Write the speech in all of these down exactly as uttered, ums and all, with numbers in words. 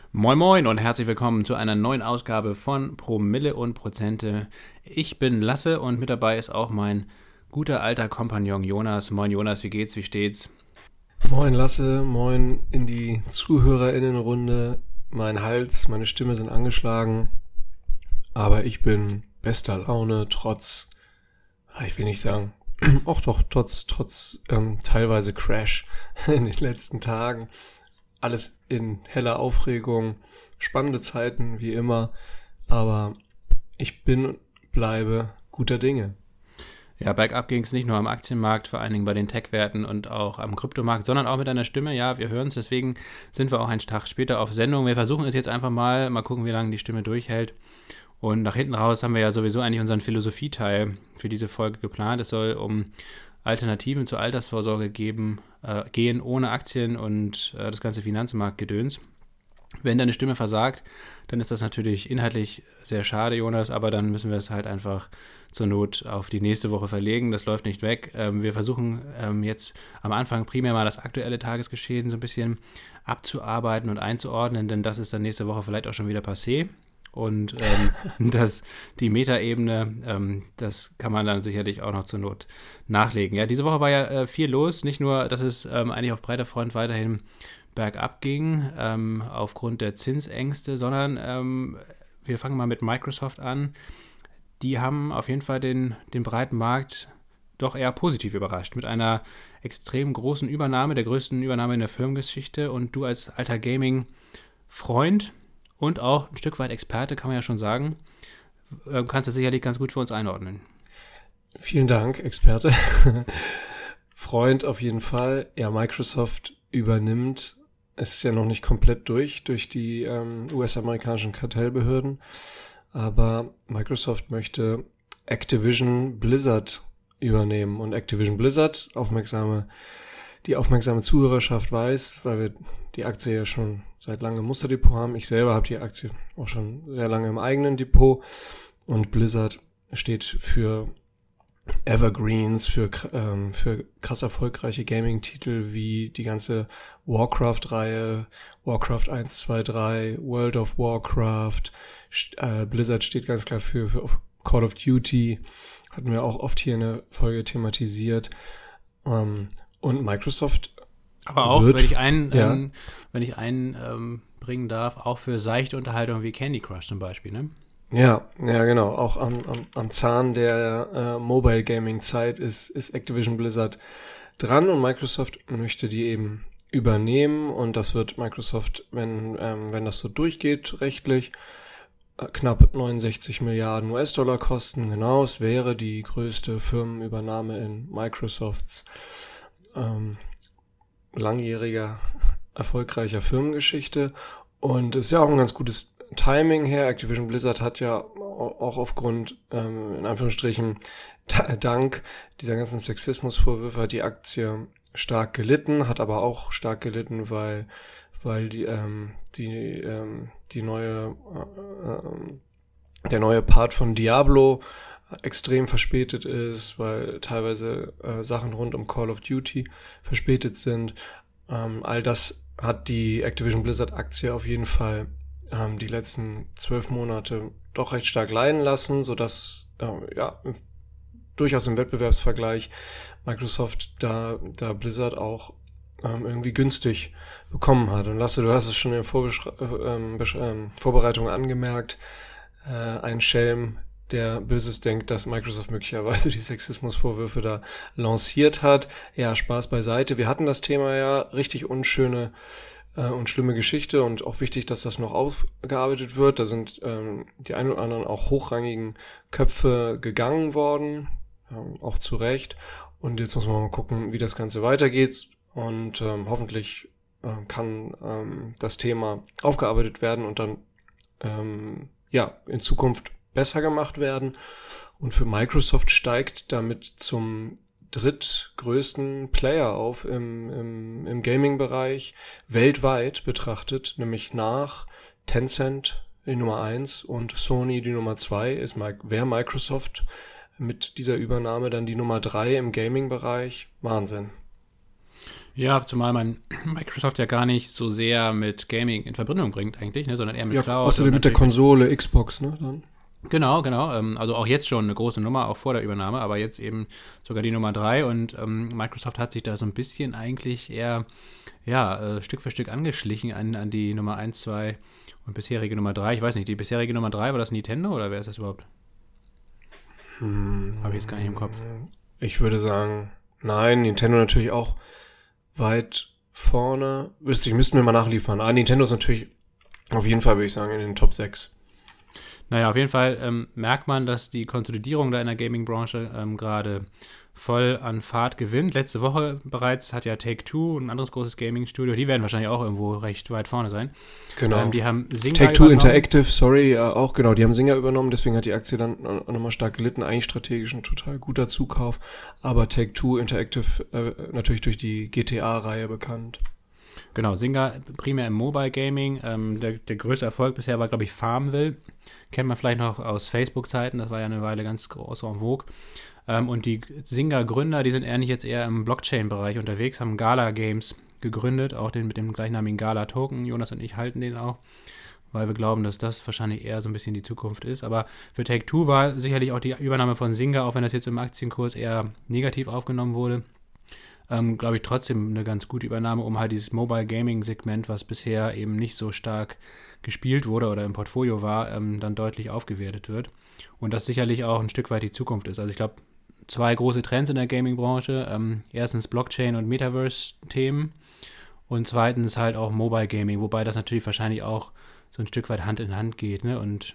Moin Moin und herzlich willkommen zu einer neuen Ausgabe von Promille und Prozente. Ich bin Lasse und mit dabei ist auch mein guter alter Kompagnon Jonas. Moin Jonas, wie geht's, wie steht's? Moin Lasse, moin in die ZuhörerInnenrunde. Mein Hals, meine Stimme sind angeschlagen, aber ich bin bester Laune, trotz, ich will nicht sagen, auch doch, trotz, trotz ähm, teilweise Crash in den letzten Tagen. Alles in heller Aufregung, spannende Zeiten wie immer, aber ich bin und bleibe guter Dinge. Ja, bergab ging es nicht nur am Aktienmarkt, vor allen Dingen bei den Tech-Werten und auch am Kryptomarkt, sondern auch mit deiner Stimme. Ja, wir hören es, deswegen sind wir auch einen Tag später auf Sendung. Wir versuchen es jetzt einfach mal, mal gucken, wie lange die Stimme durchhält. Und nach hinten raus haben wir ja sowieso eigentlich unseren Philosophieteil für diese Folge geplant. Es soll um Alternativen zur Altersvorsorge geben, äh, gehen ohne Aktien und äh, das ganze Finanzmarktgedöns. Wenn deine Stimme versagt, dann ist das natürlich inhaltlich sehr schade, Jonas, aber dann müssen wir es halt einfach zur Not auf die nächste Woche verlegen. Das läuft nicht weg. Ähm, wir versuchen ähm, jetzt am Anfang primär mal das aktuelle Tagesgeschehen so ein bisschen abzuarbeiten und einzuordnen, denn das ist dann nächste Woche vielleicht auch schon wieder passé. Und ähm, das, die Metaebene, ähm, das kann man dann sicherlich auch noch zur Not nachlegen. Ja, diese Woche war ja äh, viel los. Nicht nur, dass es ähm, eigentlich auf breiter Front weiterhin bergab ging, ähm, aufgrund der Zinsängste, sondern ähm, wir fangen mal mit Microsoft an. Die haben auf jeden Fall den, den breiten Markt doch eher positiv überrascht, mit einer extrem großen Übernahme, der größten Übernahme in der Firmengeschichte. Und du als alter Gaming-Freund und auch ein Stück weit Experte, kann man ja schon sagen, kannst du sicherlich ganz gut für uns einordnen. Vielen Dank, Experte. Freund auf jeden Fall. Ja, Microsoft übernimmt, es ist ja noch nicht komplett durch, durch die ähm, U S-amerikanischen Kartellbehörden, aber Microsoft möchte Activision Blizzard übernehmen. Und Activision Blizzard, aufmerksame, die aufmerksame Zuhörerschaft weiß, weil wir die Aktie ja schon seit langem im Musterdepot haben. Ich selber habe die Aktie auch schon sehr lange im eigenen Depot. Und Blizzard steht für Evergreens, für, ähm, für krass erfolgreiche Gaming-Titel wie die ganze Warcraft-Reihe, Warcraft eins, zwei, drei, World of Warcraft. Äh, Blizzard steht ganz klar für, für Call of Duty. Hatten wir auch oft hier in der Folge thematisiert. Ähm, und Microsoft Aber auch, wird, wenn ich einen, ja. ähm, wenn ich einen ähm, bringen darf, auch für seichte Unterhaltung wie Candy Crush zum Beispiel, ne? Ja, ja, genau. Auch am, am, am Zahn der äh, Mobile Gaming Zeit ist, ist Activision Blizzard dran und Microsoft möchte die eben übernehmen und das wird Microsoft, wenn, ähm, wenn das so durchgeht, rechtlich, äh, knapp neunundsechzig Milliarden U S-Dollar kosten. Genau, es wäre die größte Firmenübernahme in Microsofts ähm, langjähriger, erfolgreicher Firmengeschichte und ist ja auch ein ganz gutes Timing her. Activision Blizzard hat ja auch aufgrund, ähm, in Anführungsstrichen, da, dank dieser ganzen Sexismusvorwürfe hat die Aktie stark gelitten, hat aber auch stark gelitten, weil, weil die, ähm, die, ähm, die neue, äh, der neue Part von Diablo extrem verspätet ist, weil teilweise äh, Sachen rund um Call of Duty verspätet sind. Ähm, all das hat die Activision Blizzard Aktie auf jeden Fall die letzten zwölf Monate doch recht stark leiden lassen, sodass äh, ja durchaus im Wettbewerbsvergleich Microsoft da, da Blizzard auch ähm, irgendwie günstig bekommen hat. Und Lasse, du hast es schon in der Vorbeschre- äh, Besch- äh, Vorbereitung angemerkt, äh, ein Schelm, der Böses denkt, dass Microsoft möglicherweise die Sexismusvorwürfe da lanciert hat. Ja, Spaß beiseite. Wir hatten das Thema ja, richtig unschöne und schlimme Geschichte und auch wichtig, dass das noch aufgearbeitet wird. Da sind ähm, die ein oder anderen auch hochrangigen Köpfe gegangen worden, ähm, auch zu Recht. Und jetzt muss man mal gucken, wie das Ganze weitergeht und ähm, hoffentlich ähm, kann ähm, das Thema aufgearbeitet werden und dann ähm, ja in Zukunft besser gemacht werden. Und für Microsoft steigt damit zum drittgrößten Player auf im, im, im Gaming-Bereich weltweit betrachtet, nämlich nach Tencent die Nummer eins und Sony die Nummer zwei ist, wäre Microsoft mit dieser Übernahme dann die Nummer drei im Gaming-Bereich. Wahnsinn. Ja, zumal man Microsoft ja gar nicht so sehr mit Gaming in Verbindung bringt eigentlich, ne, sondern eher mit Ja, Cloud. außerdem mit der Konsole, Xbox, ne? Dann. Genau, genau. Ähm, also auch jetzt schon eine große Nummer, auch vor der Übernahme, aber jetzt eben sogar die Nummer drei. Und ähm, Microsoft hat sich da so ein bisschen eigentlich eher ja, äh, Stück für Stück angeschlichen an, an die Nummer eins, zwei und bisherige Nummer drei. Ich weiß nicht, die bisherige Nummer drei, war das Nintendo oder wer ist das überhaupt? Hm, Habe ich jetzt gar nicht im Kopf. Ich würde sagen, nein, Nintendo natürlich auch weit vorne. Wüsste ich, müssten wir mal nachliefern. Ah, Nintendo ist natürlich auf jeden Fall, würde ich sagen, in den Top sechs. Naja, auf jeden Fall ähm, merkt man, dass die Konsolidierung da in der Gaming-Branche ähm, gerade voll an Fahrt gewinnt. Letzte Woche bereits hat ja Take-Two, ein anderes großes Gaming-Studio, die werden wahrscheinlich auch irgendwo recht weit vorne sein. Genau. Ähm, die haben Zynga Take-Two übernommen. Interactive, sorry, ja, auch genau, die haben Zynga übernommen, deswegen hat die Aktie dann auch nochmal stark gelitten. Eigentlich strategisch ein total guter Zukauf, aber Take-Two Interactive äh, natürlich durch die G T A-Reihe bekannt. Genau, Zynga primär im Mobile Gaming. Ähm, der, der größte Erfolg bisher war, glaube ich, Farmville. Kennt man vielleicht noch aus Facebook-Zeiten, das war ja eine Weile ganz groß en vogue. Ähm, und die Zynga-Gründer, die sind eigentlich jetzt eher im Blockchain-Bereich unterwegs, haben Gala Games gegründet, auch den mit dem gleichnamigen Gala-Token. Jonas und ich halten den auch, weil wir glauben, dass das wahrscheinlich eher so ein bisschen die Zukunft ist. Aber für Take-Two war sicherlich auch die Übernahme von Zynga, auch wenn das jetzt im Aktienkurs eher negativ aufgenommen wurde, Ähm, glaube ich, trotzdem eine ganz gute Übernahme, um halt dieses Mobile Gaming-Segment, was bisher eben nicht so stark gespielt wurde oder im Portfolio war, ähm, dann deutlich aufgewertet wird. Und das sicherlich auch ein Stück weit die Zukunft ist. Also ich glaube, zwei große Trends in der Gaming-Branche. Ähm, erstens Blockchain- und Metaverse-Themen und zweitens halt auch Mobile Gaming, wobei das natürlich wahrscheinlich auch so ein Stück weit Hand in Hand geht, ne? Und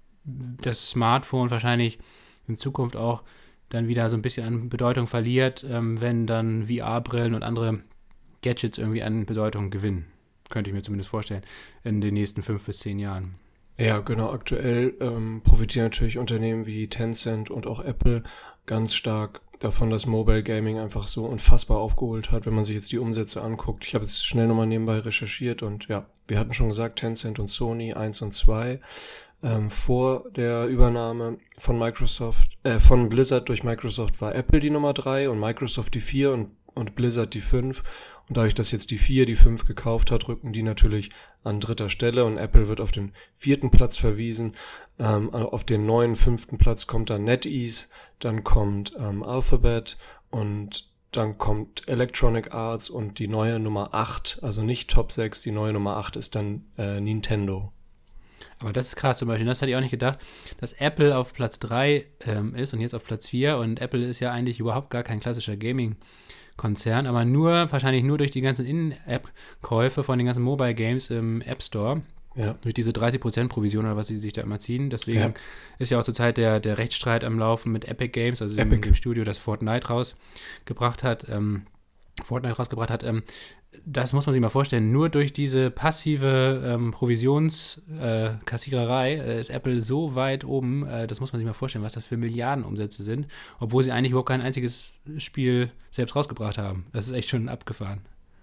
das Smartphone wahrscheinlich in Zukunft auch dann wieder so ein bisschen an Bedeutung verliert, ähm, wenn dann V R-Brillen und andere Gadgets irgendwie an Bedeutung gewinnen. Könnte ich mir zumindest vorstellen, in den nächsten fünf bis zehn Jahren. Ja, genau. Aktuell ähm, profitieren natürlich Unternehmen wie Tencent und auch Apple ganz stark davon, dass Mobile Gaming einfach so unfassbar aufgeholt hat, wenn man sich jetzt die Umsätze anguckt. Ich habe jetzt schnell nochmal nebenbei recherchiert und ja, wir hatten schon gesagt, Tencent und Sony eins und zwei. Ähm, vor der Übernahme von Microsoft, äh, von Blizzard durch Microsoft war Apple die Nummer drei und Microsoft die vier und, und Blizzard die fünf. Und dadurch, dass jetzt die vier die fünf gekauft hat, rücken die natürlich an dritter Stelle und Apple wird auf den vierten Platz verwiesen. Ähm, auf den neuen fünften Platz kommt dann NetEase, dann kommt ähm, Alphabet und dann kommt Electronic Arts und die neue Nummer acht, also nicht Top sechs, die neue Nummer acht ist dann äh, Nintendo. Aber das ist krass zum Beispiel, das hatte ich auch nicht gedacht, dass Apple auf Platz drei ähm, ist und jetzt auf Platz vier und Apple ist ja eigentlich überhaupt gar kein klassischer Gaming-Konzern, aber nur, wahrscheinlich nur durch die ganzen In-App-Käufe von den ganzen Mobile-Games im App Store, Ja. durch diese dreißig Prozent Provision oder was sie sich da immer ziehen. Deswegen Ja. ist ja auch zurzeit der, der Rechtsstreit am Laufen mit Epic Games, also dem, Epic. dem Studio, das Fortnite rausgebracht hat, ähm, Fortnite rausgebracht hat, ähm, das muss man sich mal vorstellen, nur durch diese passive ähm, Provisionskassiererei äh, ist Apple so weit oben, äh, das muss man sich mal vorstellen, was das für Milliardenumsätze sind, obwohl sie eigentlich überhaupt kein einziges Spiel selbst rausgebracht haben. Das ist echt schon abgefahren.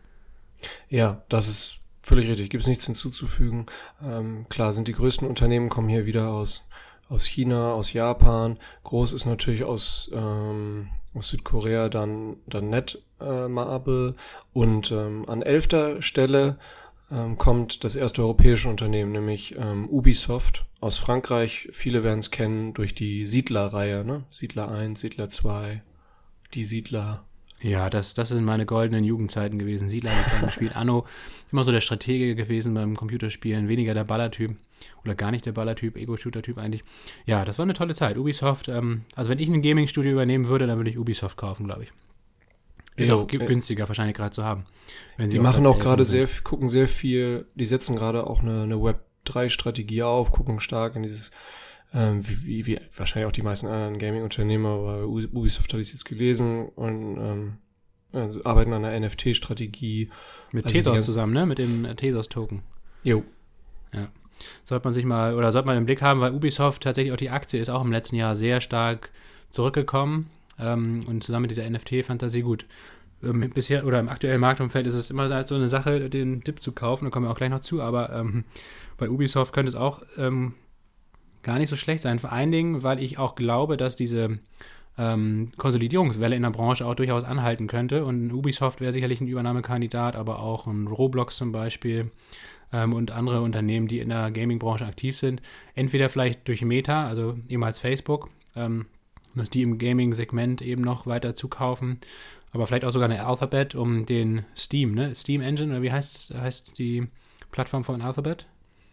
Ja, das ist völlig richtig. Gibt es nichts hinzuzufügen. Ähm, klar sind die größten Unternehmen kommen hier wieder aus, aus China, aus Japan. Groß ist natürlich aus, ähm, aus Südkorea dann, dann Netmarble. Und ähm, an elfter Stelle ähm, kommt das erste europäische Unternehmen, nämlich ähm, Ubisoft aus Frankreich. Viele werden es kennen durch die Siedler-Reihe, ne? Siedler eins, Siedler zwei, die Siedler. Ja, das, das sind meine goldenen Jugendzeiten gewesen. Siedler habe ich gerne gespielt. Anno, immer so der Stratege gewesen beim Computerspielen, weniger der Ballertyp oder gar nicht der Ballertyp, Ego-Shooter-Typ eigentlich. Ja, das war eine tolle Zeit. Ubisoft, ähm, also wenn ich ein Gaming-Studio übernehmen würde, dann würde ich Ubisoft kaufen, glaube ich. Ist Ja, auch g- äh, günstiger wahrscheinlich gerade zu haben. Wenn sie Die auf machen Platz auch elf gerade sind. sehr, gucken sehr viel, die setzen gerade auch eine, eine Web drei Strategie auf, gucken stark in dieses, ähm, wie, wie, wie wahrscheinlich auch die meisten anderen Gaming-Unternehmer, aber U- Ubisoft hatte ich jetzt gelesen und ähm, also arbeiten an einer N F T-Strategie. Mit Also die Tezos ganzen- zusammen, ne? Mit dem äh, Tezos-Token. Jo. Sollte man sich mal, oder sollte man im Blick haben, weil Ubisoft tatsächlich auch die Aktie ist auch im letzten Jahr sehr stark zurückgekommen ähm, und zusammen mit dieser N F T-Fantasie gut. Ähm, bisher, oder im aktuellen Marktumfeld ist es immer halt so eine Sache, den Dip zu kaufen, da kommen wir auch gleich noch zu, aber ähm, bei Ubisoft könnte es auch ähm, gar nicht so schlecht sein. Vor allen Dingen, weil ich auch glaube, dass diese ähm, Konsolidierungswelle in der Branche auch durchaus anhalten könnte. Und Ubisoft wäre sicherlich ein Übernahmekandidat, aber auch ein Roblox zum Beispiel ähm, und andere Unternehmen, die in der Gaming-Branche aktiv sind. Entweder vielleicht durch Meta, also ehemals Facebook, ähm, dass die im Gaming-Segment eben noch weiter zukaufen, aber vielleicht auch sogar eine Alphabet, um den Steam, ne? Steam Engine, oder wie heißt, heißt die Plattform von Alphabet?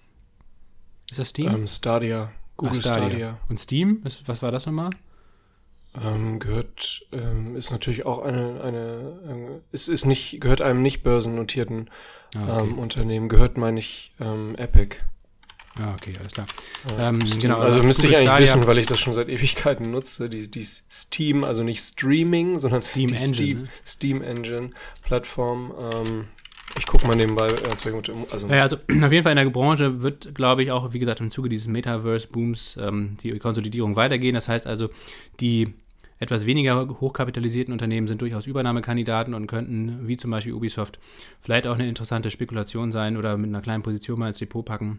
Ist das Steam? Ähm, Stadia. Google Ach, Stadia. Stadia. Und Steam, ist, was war das nochmal? Ähm, gehört, ähm, ist natürlich auch eine, eine, ähm, es ist nicht, gehört einem nicht börsennotierten Ah, okay. ähm, Unternehmen, gehört, meine ich, ähm, Epic. Ja, okay, alles klar. Ja, Ähm, Steam. genau, also aber müsste ich Google eigentlich Stadia- wissen, weil ich das schon seit Ewigkeiten nutze, die, die Steam, also nicht Streaming, sondern Steam die Engine, Steam, ne? Steam Engine Plattform. Ähm, ich gucke mal nebenbei, äh, zwei Minuten, also Naja, also auf jeden Fall in der Branche wird, glaube ich, auch, wie gesagt, im Zuge dieses Metaverse-Booms ähm, die Konsolidierung weitergehen. Das heißt also, die etwas weniger hochkapitalisierten Unternehmen sind durchaus Übernahmekandidaten und könnten, wie zum Beispiel Ubisoft, vielleicht auch eine interessante Spekulation sein oder mit einer kleinen Position mal ins Depot packen.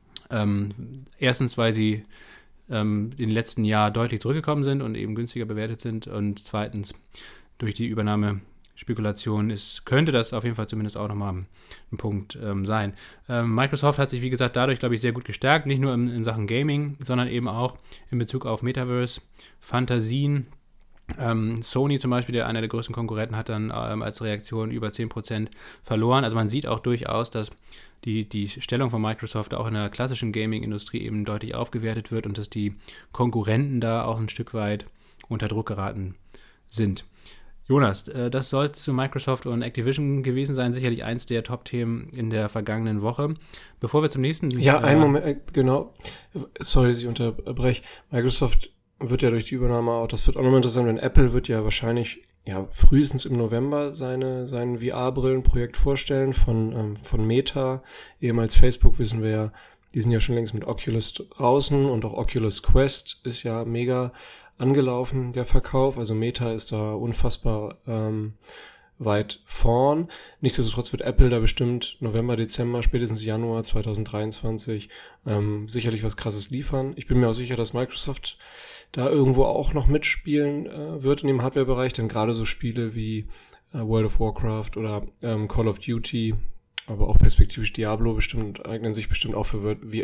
Ähm, erstens, weil sie ähm, in den letzten Jahren deutlich zurückgekommen sind und eben günstiger bewertet sind. Und zweitens, durch die Übernahmespekulation ist, könnte das auf jeden Fall zumindest auch nochmal ein, ein Punkt ähm, sein. Ähm, Microsoft hat sich, wie gesagt, dadurch, glaube ich, sehr gut gestärkt, nicht nur in, in Sachen Gaming, sondern eben auch in Bezug auf Metaverse, Fantasien. Ähm, Sony zum Beispiel, der einer der größten Konkurrenten, hat dann ähm, als Reaktion über zehn Prozent verloren. Also man sieht auch durchaus, dass die, die Stellung von Microsoft auch in der klassischen Gaming-Industrie eben deutlich aufgewertet wird und dass die Konkurrenten da auch ein Stück weit unter Druck geraten sind. Jonas, äh, das soll es zu Microsoft und Activision gewesen sein, sicherlich eins der Top-Themen in der vergangenen Woche. Bevor wir zum nächsten... ja, äh, einen Moment, äh, genau, sorry, dass ich unterbreche. Microsoft wird ja durch die Übernahme auch, das wird auch nochmal interessant, denn Apple wird ja wahrscheinlich ja frühestens im November seine sein V R-Brillenprojekt vorstellen von ähm, von Meta, ehemals Facebook, wissen wir ja, die sind ja schon längst mit Oculus draußen und auch Oculus Quest ist ja mega angelaufen, der Verkauf, also Meta ist da unfassbar ähm, weit vorn. Nichtsdestotrotz wird Apple da bestimmt November, Dezember, spätestens Januar zwanzig dreiundzwanzig ähm, sicherlich was Krasses liefern. Ich bin mir auch sicher, dass Microsoft da irgendwo auch noch mitspielen äh, wird in dem Hardware-Bereich, denn gerade so Spiele wie äh, World of Warcraft oder ähm, Call of Duty, aber auch perspektivisch Diablo bestimmt, eignen sich bestimmt auch für V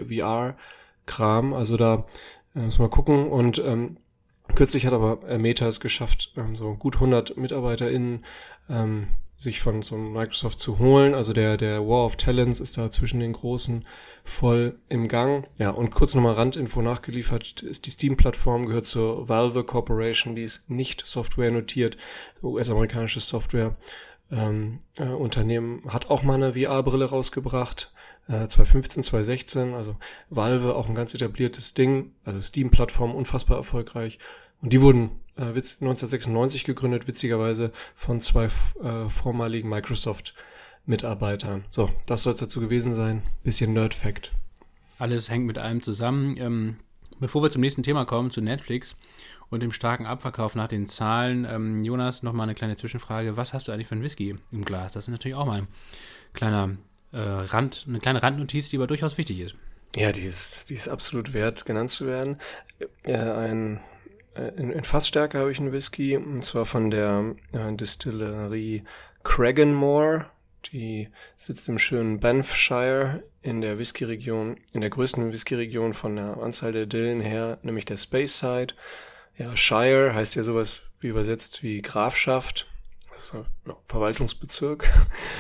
R-Kram. Also da äh, müssen wir mal gucken. Und ähm, kürzlich hat aber äh, Meta es geschafft, ähm, so gut hundert MitarbeiterInnen ähm, sich von so Microsoft zu holen. Also der der War of Talents ist da zwischen den Großen voll im Gang. Ja, und kurz nochmal Randinfo nachgeliefert, ist die Steam-Plattform, gehört zur Valve Corporation, die ist nicht Software notiert, U S-amerikanisches Software. Ähm, äh, Unternehmen hat auch mal eine V R-Brille rausgebracht, äh, zwanzig fünfzehn, zwanzig sechzehn, also Valve auch ein ganz etabliertes Ding, also Steam-Plattform, unfassbar erfolgreich. Und die wurden äh, neunzehnhundertsechsundneunzig gegründet, witzigerweise von zwei äh, vormaligen Microsoft-Mitarbeitern. So, das soll es dazu gewesen sein. Bisschen Nerd-Fact. Alles hängt mit allem zusammen. Ähm, bevor wir zum nächsten Thema kommen, zu Netflix und dem starken Abverkauf nach den Zahlen, ähm, Jonas, nochmal eine kleine Zwischenfrage. Was hast du eigentlich für ein Whisky im Glas? Das ist natürlich auch mal ein kleiner äh, Rand, eine kleine Randnotiz, die aber durchaus wichtig ist. Ja, die ist, die ist absolut wert, genannt zu werden. Äh, ein In, in Fassstärke habe ich einen Whisky, und zwar von der äh, Distillerie Cragganmore. Die sitzt im schönen Banffshire in der Whisky-Region, in der größten Whisky-Region von der Anzahl der Dillen her, nämlich der Speyside. Ja, Shire heißt ja sowas wie übersetzt wie Grafschaft, also ja, Verwaltungsbezirk.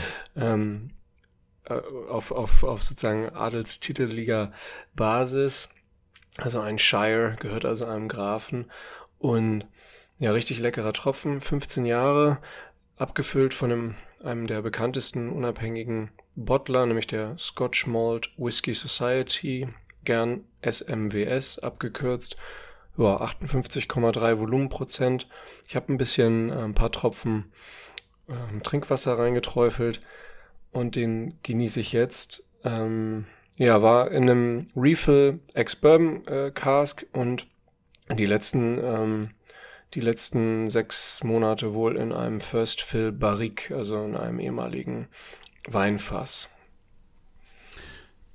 ähm, äh, auf, auf, auf sozusagen adelstiteliger Basis. Also ein Shire gehört also einem Grafen und ja, richtig leckerer Tropfen, fünfzehn Jahre, abgefüllt von einem, einem der bekanntesten unabhängigen Bottler, nämlich der Scotch Malt Whisky Society, gern S M W S abgekürzt, ja, achtundfünfzig Komma drei Volumenprozent. Ich habe ein bisschen, äh, ein paar Tropfen äh, Trinkwasser reingeträufelt und den genieße ich jetzt. Ähm, Ja, war in einem Refill Ex-Bourbon äh, Cask und die letzten ähm, die letzten sechs Monate wohl in einem First Fill Barrique, also in einem ehemaligen Weinfass.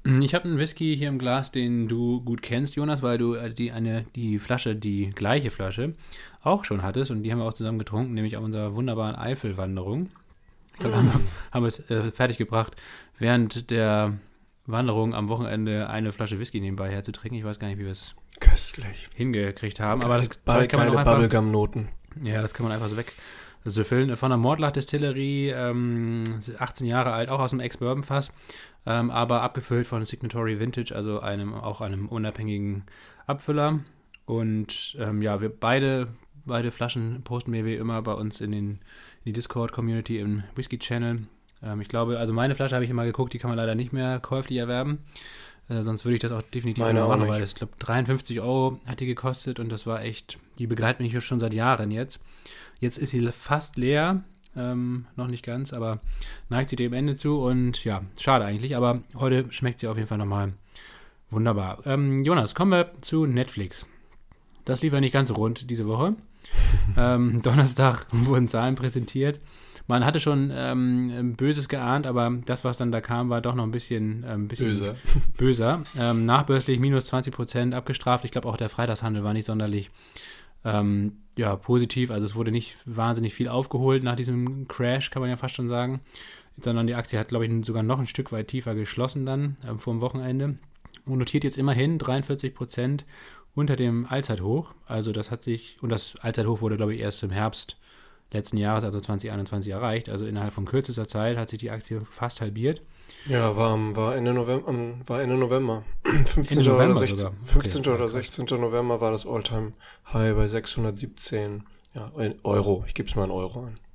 Ich habe einen Whisky hier im Glas, den du gut kennst, Jonas, weil du äh, die, eine, die Flasche, die gleiche Flasche, auch schon hattest und die haben wir auch zusammen getrunken, nämlich auf unserer wunderbaren Eifelwanderung. Da haben wir, haben wir es äh, fertiggebracht, während der Wanderung am Wochenende eine Flasche Whisky nebenbei herzutrinken. Ich weiß gar nicht, wie wir es Köstlich. hingekriegt haben, aber das Geile, Zeug kann man auch einfach... Bubblegum-Noten. Ja, das kann man einfach so wegsüffeln. Von der Mordlach-Distillerie, ähm, achtzehn Jahre alt, auch aus dem Ex-Bourbon-Fass, ähm, aber abgefüllt von Signatory Vintage, also einem auch einem unabhängigen Abfüller. Und ähm, ja, wir beide, beide Flaschen posten wir wie immer bei uns in, den, in die Discord-Community im Whisky-Channel. Ähm, ich glaube, also meine Flasche habe ich immer geguckt, die kann man leider nicht mehr käuflich erwerben. Äh, sonst würde ich das auch definitiv Meine noch auch machen, nicht. weil das, glaube dreiundfünfzig Euro hat die gekostet und das war echt, die begleitet mich schon seit Jahren jetzt. Jetzt ist sie fast leer, ähm, noch nicht ganz, aber neigt sie dem Ende zu und ja, schade eigentlich, aber heute schmeckt sie auf jeden Fall nochmal wunderbar. Ähm, Jonas, kommen wir zu Netflix. Das lief ja nicht ganz so rund diese Woche. ähm, Donnerstag wurden Zahlen präsentiert. Man hatte schon ähm, Böses geahnt, aber das, was dann da kam, war doch noch ein bisschen, ähm, bisschen Böse. böser. Ähm, nachbörslich minus zwanzig Prozent abgestraft. Ich glaube, auch der Freitagshandel war nicht sonderlich ähm, ja, positiv. Also es wurde nicht wahnsinnig viel aufgeholt nach diesem Crash, kann man ja fast schon sagen. Sondern die Aktie hat, glaube ich, sogar noch ein Stück weit tiefer geschlossen dann ähm, vor dem Wochenende. Und notiert jetzt immerhin dreiundvierzig Prozent unter dem Allzeithoch. Also das hat sich, und das Allzeithoch wurde, glaube ich, erst im Herbst letzten Jahres, also zwanzig einundzwanzig, erreicht. Also innerhalb von kürzester Zeit hat sich die Aktie fast halbiert. Ja, war, am- war Ende November. War Ende November. fünfzehnten Ende November oder sechzehnten sogar. Okay, fünfzehnten ja, oder krass. sechzehnten November war das All-Time-High bei sechshundertsiebzehn ja, in Euro. Ich gebe es mal in Euro an.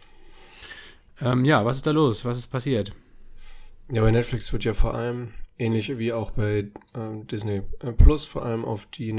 Ähm, ja, was ist da los? Was ist passiert? Ja, bei Netflix wird ja vor allem, ähnlich wie auch bei ähm, Disney äh, Plus, vor allem auf die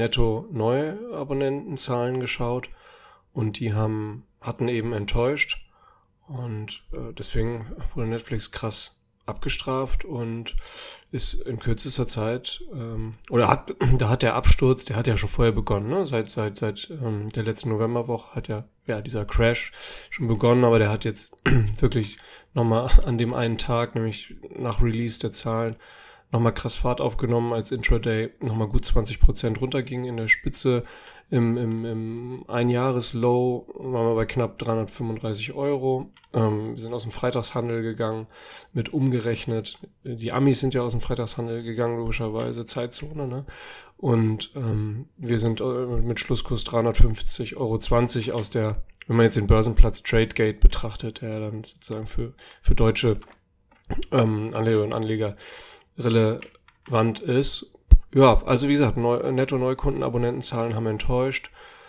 Netto-Neu-Abonnentenzahlen geschaut. Und die haben, hatten eben enttäuscht. Und äh, deswegen wurde Netflix krass abgestraft und ist in kürzester Zeit, ähm, oder hat, da hat der Absturz, der hat ja schon vorher begonnen, ne? Seit, seit, seit ähm, der letzten Novemberwoche hat ja, ja, dieser Crash schon begonnen, aber der hat jetzt wirklich nochmal an dem einen Tag, nämlich nach Release der Zahlen, nochmal krass Fahrt aufgenommen, als Intraday nochmal gut zwanzig Prozent runterging. In der Spitze im, im, im Einjahres-Low waren wir bei knapp dreihundertfünfunddreißig Euro. Ähm, wir sind aus dem Freitagshandel gegangen, mit umgerechnet. Die Amis sind ja aus dem Freitagshandel gegangen, logischerweise, Zeitzone, ne? Und ähm, wir sind äh, mit Schlusskurs dreihundertfünfzig Euro zwanzig aus der, wenn man jetzt den Börsenplatz Tradegate betrachtet, der dann sozusagen für, für deutsche ähm, Anleger und Anleger relevant ist. Ja, also wie gesagt, Neu- Netto-Neukunden-Abonnentenzahlen haben enttäuscht.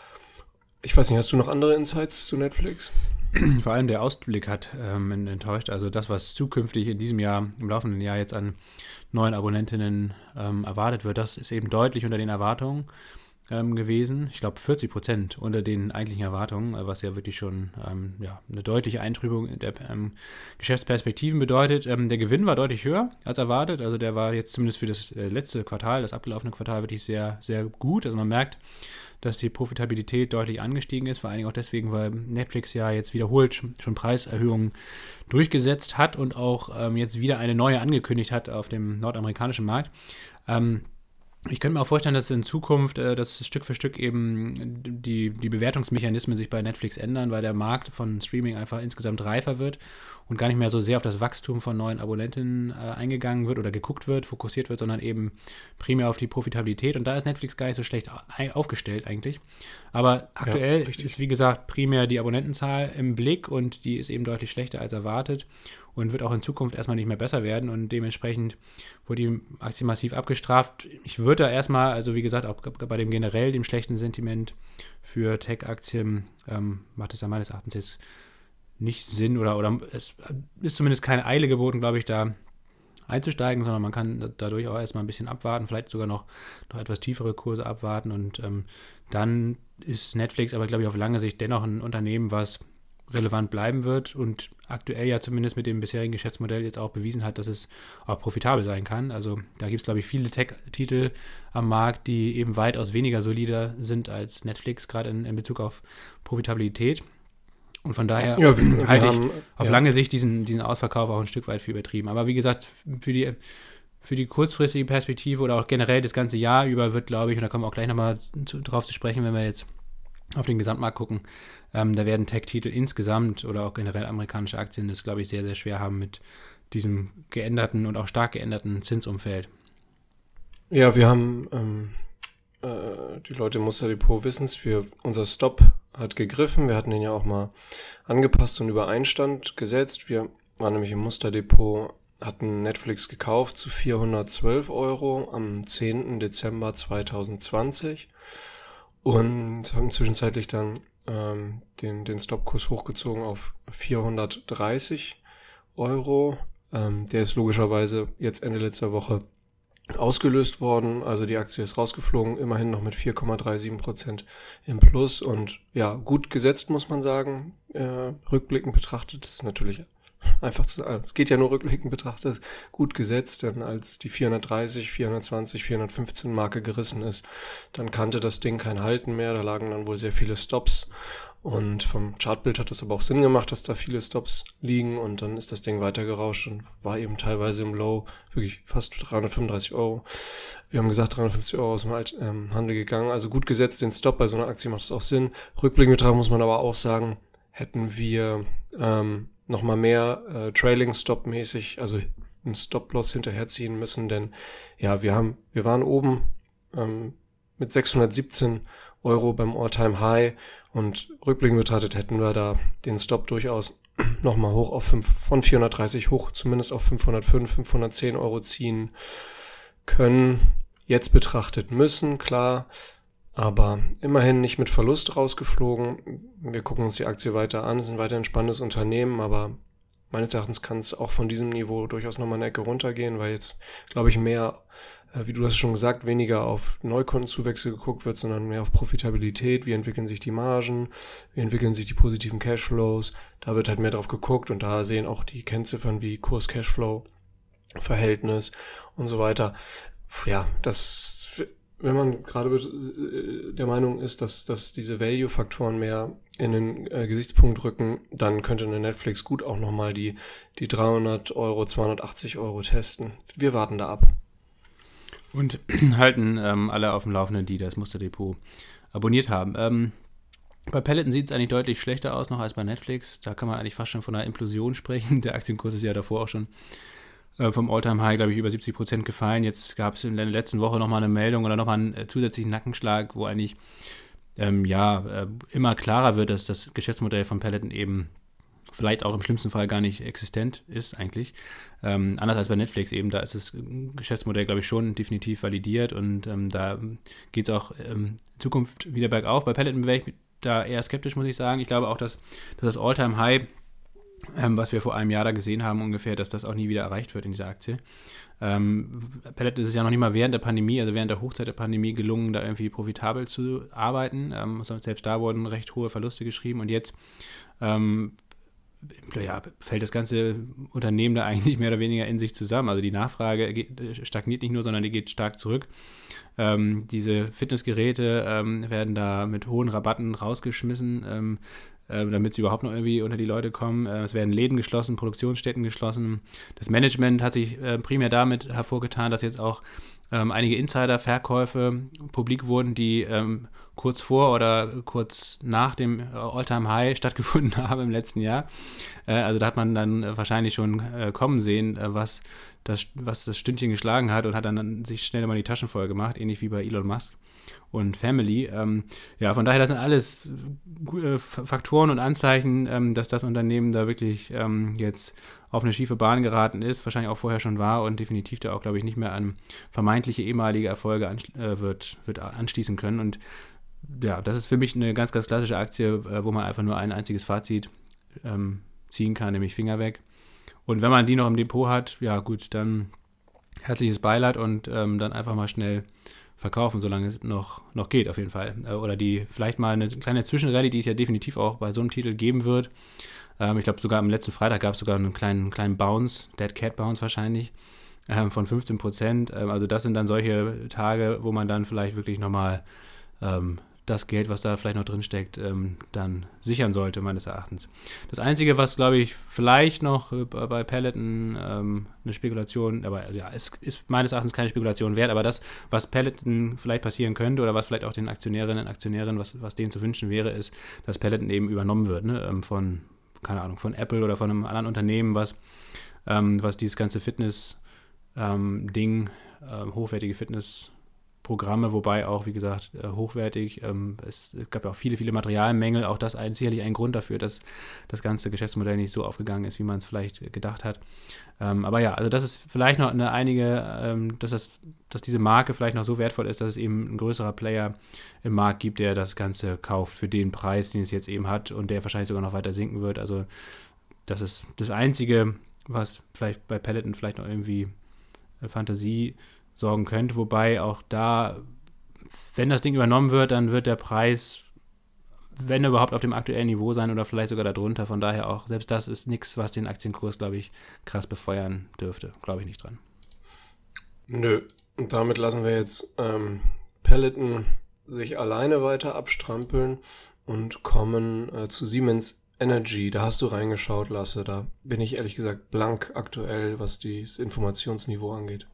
Ich weiß nicht, hast du noch andere Insights zu Netflix? Vor allem der Ausblick hat ähm, enttäuscht. Also das, was zukünftig in diesem Jahr, im laufenden Jahr jetzt an neuen Abonnentinnen ähm, erwartet wird, das ist eben deutlich unter den Erwartungen ähm, gewesen. Ich glaube vierzig Prozent unter den eigentlichen Erwartungen, äh, was ja wirklich schon ähm, ja, eine deutliche Eintrübung der ähm, Geschäftsperspektiven bedeutet. Ähm, der Gewinn war deutlich höher als erwartet. Also der war jetzt zumindest für das äh, letzte Quartal, das abgelaufene Quartal, wirklich sehr, sehr gut. Also man merkt, dass die Profitabilität deutlich angestiegen ist, vor allen Dingen auch deswegen, weil Netflix ja jetzt wiederholt schon, schon Preiserhöhungen durchgesetzt hat und auch ähm, jetzt wieder eine neue angekündigt hat auf dem nordamerikanischen Markt. Ähm, Ich könnte mir auch vorstellen, dass in Zukunft, äh, dass Stück für Stück eben die, die Bewertungsmechanismen sich bei Netflix ändern, weil der Markt von Streaming einfach insgesamt reifer wird und gar nicht mehr so sehr auf das Wachstum von neuen Abonnenten äh, eingegangen wird oder geguckt wird, fokussiert wird, sondern eben primär auf die Profitabilität. Und da ist Netflix gar nicht so schlecht au- aufgestellt eigentlich. Aber aktuell Ja, richtig. ist, wie gesagt, primär die Abonnentenzahl im Blick und die ist eben deutlich schlechter als erwartet und wird auch in Zukunft erstmal nicht mehr besser werden und dementsprechend wurde die Aktie massiv abgestraft. Ich würde da erstmal, also wie gesagt, auch bei dem generell, dem schlechten Sentiment für Tech-Aktien, ähm, macht es ja meines Erachtens jetzt nicht Sinn oder, oder es ist zumindest keine Eile geboten, glaube ich, da einzusteigen, sondern man kann dadurch auch erstmal ein bisschen abwarten, vielleicht sogar noch, noch etwas tiefere Kurse abwarten und ähm, dann ist Netflix aber, glaube ich, auf lange Sicht dennoch ein Unternehmen, was relevant bleiben wird und aktuell ja zumindest mit dem bisherigen Geschäftsmodell jetzt auch bewiesen hat, dass es auch profitabel sein kann. Also da gibt es, glaube ich, viele Tech-Titel am Markt, die eben weitaus weniger solider sind als Netflix, gerade in, in Bezug auf Profitabilität. Und von daher Ja, wir, halte wir ich haben, auf ja. lange Sicht diesen, diesen Ausverkauf auch ein Stück weit für übertrieben. Aber wie gesagt, für die, für die kurzfristige Perspektive oder auch generell das ganze Jahr über wird, glaube ich, und da kommen wir auch gleich nochmal zu, drauf zu sprechen, wenn wir jetzt auf den Gesamtmarkt gucken, ähm, da werden Tech-Titel insgesamt oder auch generell amerikanische Aktien das, glaube ich, sehr, sehr schwer haben mit diesem geänderten und auch stark geänderten Zinsumfeld. Ja, wir haben, ähm, äh, die Leute im Musterdepot wissen es, wir, unser Stop hat gegriffen, wir hatten den ja auch mal angepasst und über Einstand gesetzt. Wir waren nämlich im Musterdepot, hatten Netflix gekauft zu vierhundertzwölf Euro am zehnten Dezember zweitausendzwanzig und haben zwischenzeitlich dann ähm, den, den Stopkurs hochgezogen auf vierhundertdreißig Euro. Ähm, der ist logischerweise jetzt Ende letzter Woche ausgelöst worden, also die Aktie ist rausgeflogen, immerhin noch mit vier Komma siebenunddreißig Prozent im Plus und ja, gut gesetzt, muss man sagen, äh, rückblickend betrachtet, das ist natürlich einfach zu sagen, es geht ja nur rückblickend betrachtet, gut gesetzt, denn als die vierhundertdreißig, vierhundertzwanzig, vierhundertfünfzehn Marke gerissen ist, dann kannte das Ding kein Halten mehr, da lagen dann wohl sehr viele Stops und vom Chartbild hat es aber auch Sinn gemacht, dass da viele Stops liegen und dann ist das Ding weitergerauscht und war eben teilweise im Low wirklich fast dreihundertfünfunddreißig Euro. Wir haben gesagt, dreihundertfünfzig Euro aus dem ähm, Handel gegangen, also gut gesetzt den Stop, bei so einer Aktie macht das auch Sinn. Rückblickend betrachtet muss man aber auch sagen, hätten wir ähm, nochmal mehr äh, Trailing-Stop-mäßig, also einen Stop-Loss hinterherziehen müssen, denn ja, wir haben, wir waren oben ähm, mit sechshundertsiebzehn Euro beim All-Time-High und rückblickend betrachtet hätten wir da den Stop durchaus nochmal hoch auf fünf, von vierhundertdreißig hoch, zumindest auf fünfhundertfünf, fünfhundertzehn Euro ziehen können, jetzt betrachtet müssen, klar, aber immerhin nicht mit Verlust rausgeflogen. Wir gucken uns die Aktie weiter an, sind weiter ein spannendes Unternehmen, aber meines Erachtens kann es auch von diesem Niveau durchaus nochmal eine Ecke runtergehen, weil jetzt, glaube ich, mehr, äh, wie du hast schon gesagt, weniger auf Neukundenzuwächse geguckt wird, sondern mehr auf Profitabilität. Wie entwickeln sich die Margen? Wie entwickeln sich die positiven Cashflows? Da wird halt mehr drauf geguckt und da sehen auch die Kennziffern wie Kurs-Cashflow, Verhältnis und so weiter. Ja, das wenn man gerade der Meinung ist, dass, dass diese Value-Faktoren mehr in den äh, Gesichtspunkt rücken, dann könnte eine Netflix gut auch nochmal die, die dreihundert Euro, zweihundertachtzig Euro testen. Wir warten da ab. Und halten ähm, alle auf dem Laufenden, die das Musterdepot abonniert haben. Ähm, bei Peloton sieht es eigentlich deutlich schlechter aus noch als bei Netflix. Da kann man eigentlich fast schon von einer Implosion sprechen. Der Aktienkurs ist ja davor auch schon vom All-Time-High, glaube ich, über siebzig Prozent gefallen. Jetzt gab es in der letzten Woche nochmal eine Meldung oder nochmal einen äh, zusätzlichen Nackenschlag, wo eigentlich ähm, ja äh, immer klarer wird, dass das Geschäftsmodell von Peloton eben vielleicht auch im schlimmsten Fall gar nicht existent ist eigentlich. Ähm, anders als bei Netflix eben, da ist das Geschäftsmodell, glaube ich, schon definitiv validiert und ähm, da geht es auch ähm, in Zukunft wieder bergauf. Bei Peloton wäre ich da eher skeptisch, muss ich sagen. Ich glaube auch, dass, dass das All-Time-High Ähm, was wir vor einem Jahr da gesehen haben ungefähr, dass das auch nie wieder erreicht wird in dieser Aktie. Ähm, Peloton ist es ja noch nicht mal während der Pandemie, also während der Hochzeit der Pandemie gelungen, da irgendwie profitabel zu arbeiten. Ähm, selbst da wurden recht hohe Verluste geschrieben und jetzt ähm, ja, fällt das ganze Unternehmen da eigentlich mehr oder weniger in sich zusammen. Also die Nachfrage geht, stagniert nicht nur, sondern die geht stark zurück. Ähm, diese Fitnessgeräte ähm, werden da mit hohen Rabatten rausgeschmissen, ähm, damit sie überhaupt noch irgendwie unter die Leute kommen. Es werden Läden geschlossen, Produktionsstätten geschlossen. Das Management hat sich primär damit hervorgetan, dass jetzt auch ähm, einige Insider-Verkäufe publik wurden, die ähm, kurz vor oder kurz nach dem All-Time-High stattgefunden haben im letzten Jahr. Äh, also da hat man dann wahrscheinlich schon äh, kommen sehen, äh, was, das, was das Stündchen geschlagen hat und hat dann sich schnell mal die Taschen voll gemacht, ähnlich wie bei Elon Musk und Family. Ähm, ja, von daher, das sind alles äh, Faktoren und Anzeichen, ähm, dass das Unternehmen da wirklich ähm, jetzt auf eine schiefe Bahn geraten ist, wahrscheinlich auch vorher schon war und definitiv da auch, glaube ich, nicht mehr an vermeintliche ehemalige Erfolge an, äh, wird, wird anschließen können. Und ja, das ist für mich eine ganz, ganz klassische Aktie, äh, wo man einfach nur ein einziges Fazit ähm, ziehen kann, nämlich Finger weg. Und wenn man die noch im Depot hat, ja gut, dann herzliches Beileid und ähm, dann einfach mal schnell verkaufen, solange es noch, noch geht, auf jeden Fall. Oder die vielleicht mal eine kleine Zwischenrallye, die es ja definitiv auch bei so einem Titel geben wird. Ähm, ich glaube, sogar am letzten Freitag gab es sogar einen kleinen, kleinen Bounce, Dead Cat Bounce wahrscheinlich, ähm, von fünfzehn Prozent. Ähm, also das sind dann solche Tage, wo man dann vielleicht wirklich nochmal ähm, das Geld, was da vielleicht noch drin steckt, ähm, dann sichern sollte, meines Erachtens. Das Einzige, was, glaube ich, vielleicht noch äh, bei Peloton ähm, eine Spekulation, aber also, ja, es ist meines Erachtens keine Spekulation wert, aber das, was Peloton vielleicht passieren könnte oder was vielleicht auch den Aktionärinnen und Aktionären, was, was denen zu wünschen wäre, ist, dass Peloton eben übernommen wird, ne? ähm, von, keine Ahnung, von Apple oder von einem anderen Unternehmen, was, ähm, was dieses ganze Fitness- ähm, Ding, ähm, hochwertige Fitnessprogramme, wobei auch, wie gesagt, äh, hochwertig. Ähm, es, es gab ja auch viele, viele Materialmängel. Auch das ist sicherlich ein Grund dafür, dass das ganze Geschäftsmodell nicht so aufgegangen ist, wie man es vielleicht gedacht hat. Ähm, aber ja, also das ist vielleicht noch eine einige, ähm, dass, das, dass diese Marke vielleicht noch so wertvoll ist, dass es eben ein größerer Player im Markt gibt, der das Ganze kauft für den Preis, den es jetzt eben hat und der wahrscheinlich sogar noch weiter sinken wird. Also das ist das Einzige, was vielleicht bei Peloton vielleicht noch irgendwie Fantasie sorgen könnte, wobei auch da, wenn das Ding übernommen wird, dann wird der Preis, wenn überhaupt, auf dem aktuellen Niveau sein oder vielleicht sogar darunter. Von daher auch, selbst das ist nichts, was den Aktienkurs, glaube ich, krass befeuern dürfte. Glaube ich nicht dran. Nö. Und damit lassen wir jetzt ähm, Peloton sich alleine weiter abstrampeln und kommen äh, zu Siemens Energy. Da hast du reingeschaut, Lasse. Da bin ich ehrlich gesagt blank aktuell, was das Informationsniveau angeht.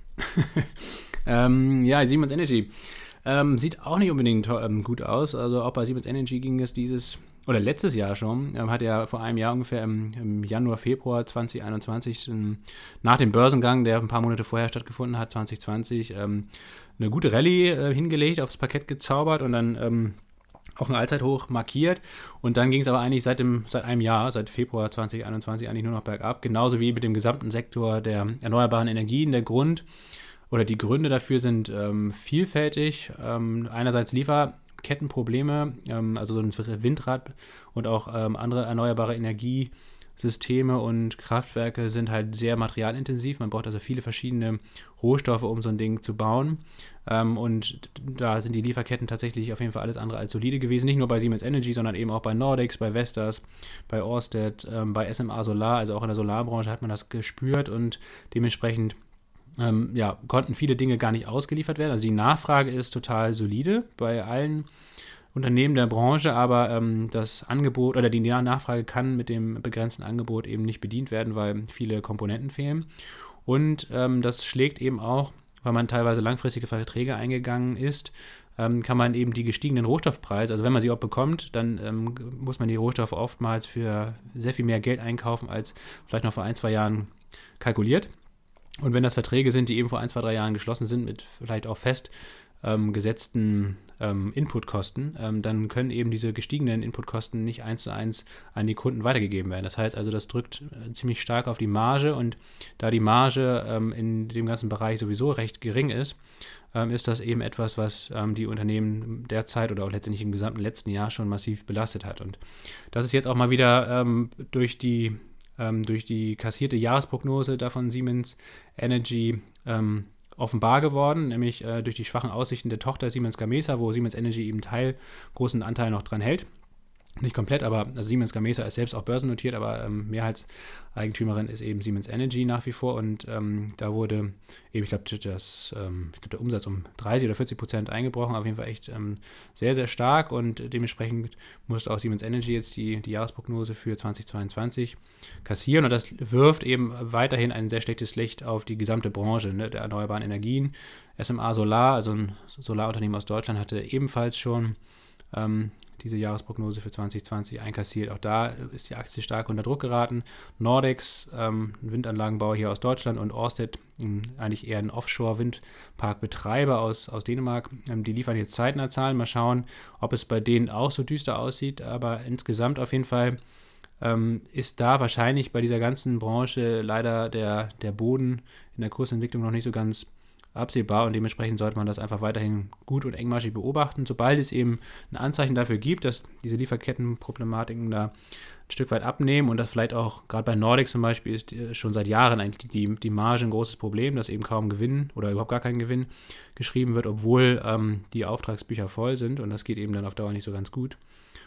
ähm, ja, Siemens Energy ähm, sieht auch nicht unbedingt ähm, gut aus. Also auch bei Siemens Energy ging es dieses, oder letztes Jahr schon, ähm, hat ja vor einem Jahr ungefähr im, im Januar, Februar zwanzig einundzwanzig, ähm, nach dem Börsengang, der ein paar Monate vorher stattgefunden hat, zwanzig zwanzig, ähm, eine gute Rallye äh, hingelegt, aufs Parkett gezaubert und dann ähm, auch ein Allzeithoch markiert und dann ging es aber eigentlich seit, dem, seit einem Jahr, seit Februar zwanzig einundzwanzig eigentlich nur noch bergab, genauso wie mit dem gesamten Sektor der erneuerbaren Energien. Der Grund oder die Gründe dafür sind ähm, vielfältig. Ähm, einerseits Lieferkettenprobleme, ähm, also so ein Windrad und auch ähm, andere erneuerbare Energiesysteme und Kraftwerke sind halt sehr materialintensiv. Man braucht also viele verschiedene Rohstoffe, um so ein Ding zu bauen. Ähm, und da sind die Lieferketten tatsächlich auf jeden Fall alles andere als solide gewesen. Nicht nur bei Siemens Energy, sondern eben auch bei Nordex, bei Vestas, bei Ørsted, ähm, bei S M A Solar. Also auch in der Solarbranche hat man das gespürt und dementsprechend ähm, ja, konnten viele Dinge gar nicht ausgeliefert werden. Also die Nachfrage ist total solide bei allen Unternehmen der Branche, aber ähm, das Angebot oder die Nachfrage kann mit dem begrenzten Angebot eben nicht bedient werden, weil viele Komponenten fehlen. Und ähm, das schlägt eben auch, weil man teilweise langfristige Verträge eingegangen ist, ähm, kann man eben die gestiegenen Rohstoffpreise, also wenn man sie auch bekommt, dann ähm, muss man die Rohstoffe oftmals für sehr viel mehr Geld einkaufen, als vielleicht noch vor ein, zwei Jahren kalkuliert. Und wenn das Verträge sind, die eben vor ein, zwei, drei Jahren geschlossen sind, mit vielleicht auch fest ähm, gesetzten ähm, Inputkosten, ähm, dann können eben diese gestiegenen Inputkosten nicht eins zu eins an die Kunden weitergegeben werden. Das heißt also, das drückt äh, ziemlich stark auf die Marge und da die Marge ähm, in dem ganzen Bereich sowieso recht gering ist, ähm, ist das eben etwas, was ähm, die Unternehmen derzeit oder auch letztendlich im gesamten letzten Jahr schon massiv belastet hat. Und das ist jetzt auch mal wieder ähm, durch die ähm, durch die kassierte Jahresprognose davon Siemens Energy ähm, offenbar geworden, nämlich äh, durch die schwachen Aussichten der Tochter Siemens Gamesa, wo Siemens Energy eben Teil, großen Anteil noch dran hält. Nicht komplett, aber also Siemens Gamesa ist selbst auch börsennotiert, aber ähm, Mehrheitseigentümerin ist eben Siemens Energy nach wie vor und ähm, da wurde eben, ich glaube, das, ähm, ich glaube, der Umsatz um dreißig oder vierzig Prozent eingebrochen, auf jeden Fall echt ähm, sehr, sehr stark und dementsprechend musste auch Siemens Energy jetzt die, die Jahresprognose für zwanzig zweiundzwanzig kassieren und das wirft eben weiterhin ein sehr schlechtes Licht auf die gesamte Branche, ne, der erneuerbaren Energien. S M A Solar, also ein Solarunternehmen aus Deutschland, hatte ebenfalls schon ähm, diese Jahresprognose für zwanzig zwanzig einkassiert. Auch da ist die Aktie stark unter Druck geraten. Nordex, ähm, ein Windanlagenbauer hier aus Deutschland und Ørsted, ähm, eigentlich eher ein Offshore-Windparkbetreiber aus, aus Dänemark, ähm, die liefern jetzt zeitnah Zahlen. Mal schauen, ob es bei denen auch so düster aussieht, aber insgesamt auf jeden Fall ähm, ist da wahrscheinlich bei dieser ganzen Branche leider der, der Boden in der Kursentwicklung noch nicht so ganz absehbar und dementsprechend sollte man das einfach weiterhin gut und engmaschig beobachten. Sobald es eben ein Anzeichen dafür gibt, dass diese Lieferkettenproblematiken da ein Stück weit abnehmen und das vielleicht auch, gerade bei Nordex zum Beispiel, ist schon seit Jahren eigentlich die, die Marge ein großes Problem, dass eben kaum Gewinn oder überhaupt gar kein Gewinn geschrieben wird, obwohl ähm, die Auftragsbücher voll sind und das geht eben dann auf Dauer nicht so ganz gut.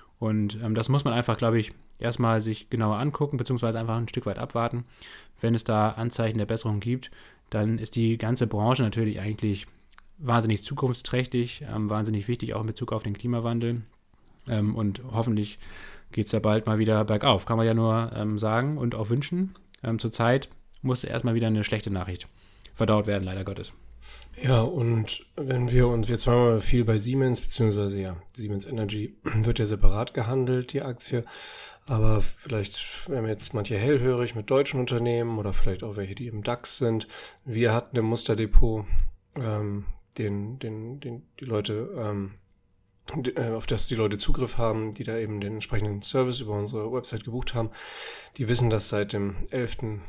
Und ähm, das muss man einfach, glaube ich, erstmal sich genauer angucken, beziehungsweise einfach ein Stück weit abwarten. Wenn es da Anzeichen der Besserung gibt, dann ist die ganze Branche natürlich eigentlich wahnsinnig zukunftsträchtig, ähm, wahnsinnig wichtig, auch in Bezug auf den Klimawandel. Ähm, und hoffentlich geht es da bald mal wieder bergauf, kann man ja nur ähm, sagen und auch wünschen. Ähm, zurzeit musste erstmal wieder eine schlechte Nachricht verdaut werden, leider Gottes. Ja, und wenn wir uns, jetzt waren wir viel bei Siemens, beziehungsweise ja, Siemens Energy wird ja separat gehandelt, die Aktie. Aber vielleicht werden wir jetzt manche hellhörig mit deutschen Unternehmen oder vielleicht auch welche, die im DAX sind. Wir hatten im Musterdepot ähm, den, den, den, die Leute, ähm, die, äh, auf das die Leute Zugriff haben, die da eben den entsprechenden Service über unsere Website gebucht haben. Die wissen das seit dem elften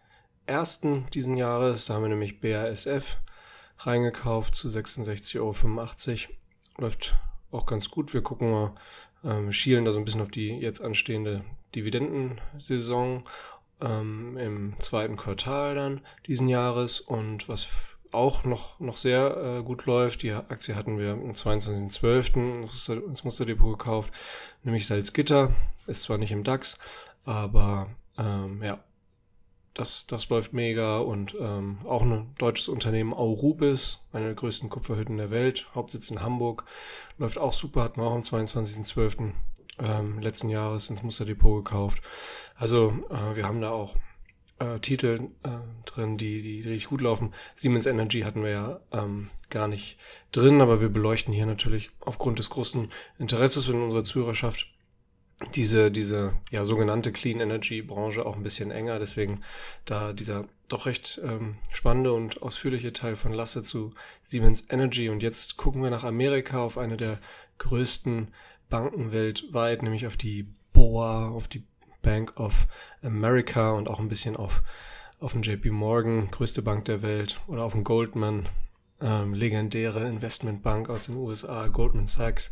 ersten diesen Jahres. Da haben wir nämlich B A S F reingekauft zu sechsundsechzig Euro fünfundachtzig. Läuft auch ganz gut. Wir gucken mal, ähm, schielen da so ein bisschen auf die jetzt anstehende Dividendensaison ähm, im zweiten Quartal dann diesen Jahres. Und was auch noch, noch sehr äh, gut läuft, die Aktie hatten wir am zweiundzwanzigsten zwölften ins Musterdepot gekauft, nämlich Salzgitter. Ist zwar nicht im DAX, aber ähm, ja, Das, das läuft mega und ähm, auch ein deutsches Unternehmen, Aurubis, eine der größten Kupferhütten der Welt, Hauptsitz in Hamburg, läuft auch super, hat man auch am zweiundzwanzigsten zwölften Ähm, letzten Jahres ins Musterdepot gekauft. Also äh, wir haben da auch äh, Titel äh, drin, die, die, die richtig gut laufen. Siemens Energy hatten wir ja ähm, gar nicht drin, aber wir beleuchten hier natürlich aufgrund des großen Interesses in unserer Zuhörerschaft diese, diese ja sogenannte Clean Energy Branche auch ein bisschen enger, deswegen da dieser doch recht ähm, spannende und ausführliche Teil von Lasse zu Siemens Energy. Und jetzt gucken wir nach Amerika auf eine der größten Banken weltweit, nämlich auf die B O A, auf die Bank of America und auch ein bisschen auf, auf den J P Morgan, größte Bank der Welt, oder auf den Goldman, ähm, legendäre Investmentbank aus den U S A, Goldman Sachs.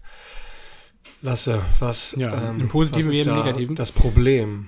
Lasse, was, ja, ähm, im Positiven was ist wie im da Negativen das Problem?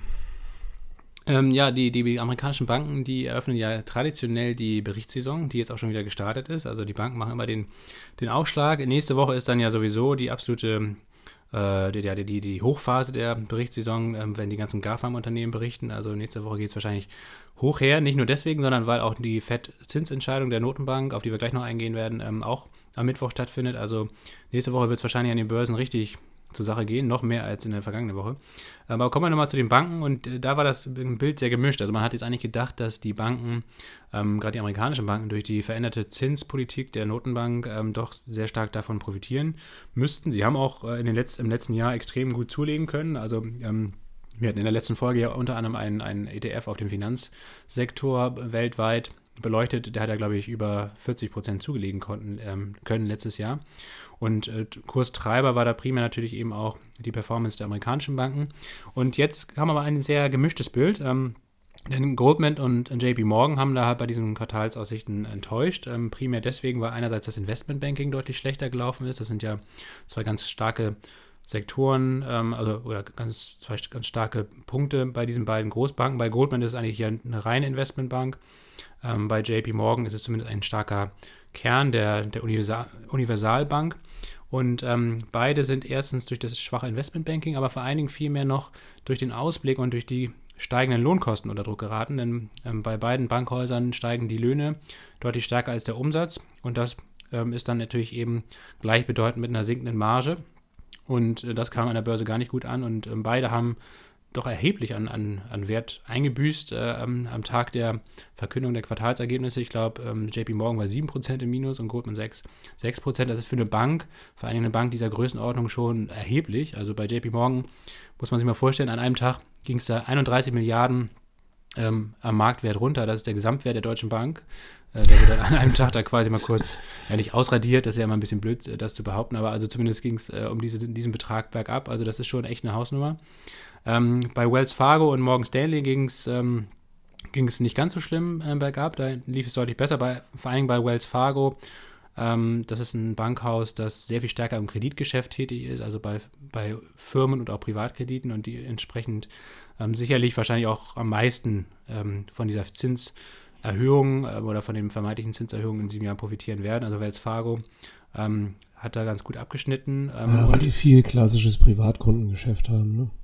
Ähm, ja, die, die amerikanischen Banken, die eröffnen ja traditionell die Berichtssaison, die jetzt auch schon wieder gestartet ist. Also die Banken machen immer den, den Aufschlag. Nächste Woche ist dann ja sowieso die absolute äh, die, die, die, die Hochphase der Berichtssaison, äh, wenn die ganzen GAFAM-Unternehmen berichten. Also nächste Woche geht es wahrscheinlich hoch her. Nicht nur deswegen, sondern weil auch die Fed-Zinsentscheidung der Notenbank, auf die wir gleich noch eingehen werden, ähm, auch am Mittwoch stattfindet. Also nächste Woche wird es wahrscheinlich an den Börsen richtig zur Sache gehen, noch mehr als in der vergangenen Woche. Aber kommen wir nochmal zu den Banken und äh, da war das Bild sehr gemischt. Also man hat jetzt eigentlich gedacht, dass die Banken, ähm, gerade die amerikanischen Banken, durch die veränderte Zinspolitik der Notenbank ähm, doch sehr stark davon profitieren müssten. Sie haben auch äh, in den Letz-, im letzten Jahr extrem gut zulegen können. Also ähm, wir hatten in der letzten Folge ja unter anderem einen, einen E T F auf dem Finanzsektor weltweit beleuchtet. Der hat ja, glaube ich, über vierzig Prozent zugelegen konnten, ähm, können letztes Jahr. Und äh, Kurstreiber war da primär natürlich eben auch die Performance der amerikanischen Banken. Und jetzt kam aber ein sehr gemischtes Bild. Ähm, denn Goldman und J P Morgan haben da halt bei diesen Quartalsaussichten enttäuscht. Ähm, primär deswegen, weil einerseits das Investmentbanking deutlich schlechter gelaufen ist. Das sind ja zwei ganz starke Sektoren, ähm, also oder ganz, zwei ganz starke Punkte bei diesen beiden Großbanken. Bei Goldman ist es eigentlich ja eine reine Investmentbank. Ähm, bei J P Morgan ist es zumindest ein starker Kern der, der Universal, Universalbank. Und ähm, beide sind erstens durch das schwache Investmentbanking, aber vor allen Dingen vielmehr noch durch den Ausblick und durch die steigenden Lohnkosten unter Druck geraten. Denn ähm, bei beiden Bankhäusern steigen die Löhne deutlich stärker als der Umsatz. Und das ähm, ist dann natürlich eben gleichbedeutend mit einer sinkenden Marge. Und äh, das kam an der Börse gar nicht gut an. Und ähm, beide haben doch erheblich an, an, an Wert eingebüßt äh, am, am Tag der Verkündung der Quartalsergebnisse. Ich glaube, ähm, J P Morgan war sieben Prozent im Minus und Goldman Sachs sechs Prozent. Das ist für eine Bank, vor allem eine Bank dieser Größenordnung, schon erheblich. Also bei J P Morgan muss man sich mal vorstellen, an einem Tag ging es da einunddreißig Milliarden ähm, am Marktwert runter. Das ist der Gesamtwert der Deutschen Bank. Äh, der wird dann an einem Tag da quasi mal kurz, ja nicht ausradiert, das ist ja immer ein bisschen blöd, das zu behaupten, aber also zumindest ging es äh, um diese, diesen Betrag bergab. Also das ist schon echt eine Hausnummer. Ähm, bei Wells Fargo und Morgan Stanley ging es ähm, nicht ganz so schlimm äh, bergab, da lief es deutlich besser, bei, vor allem bei Wells Fargo. Ähm, das ist ein Bankhaus, das sehr viel stärker im Kreditgeschäft tätig ist, also bei, bei Firmen und auch Privatkrediten und die entsprechend ähm, sicherlich wahrscheinlich auch am meisten ähm, von dieser Zinserhöhung äh, oder von den vermeintlichen Zinserhöhungen in diesem Jahr profitieren werden. Also Wells Fargo ähm, hat da ganz gut abgeschnitten. Ähm, ja, weil die viel klassisches Privatkundengeschäft haben, ne?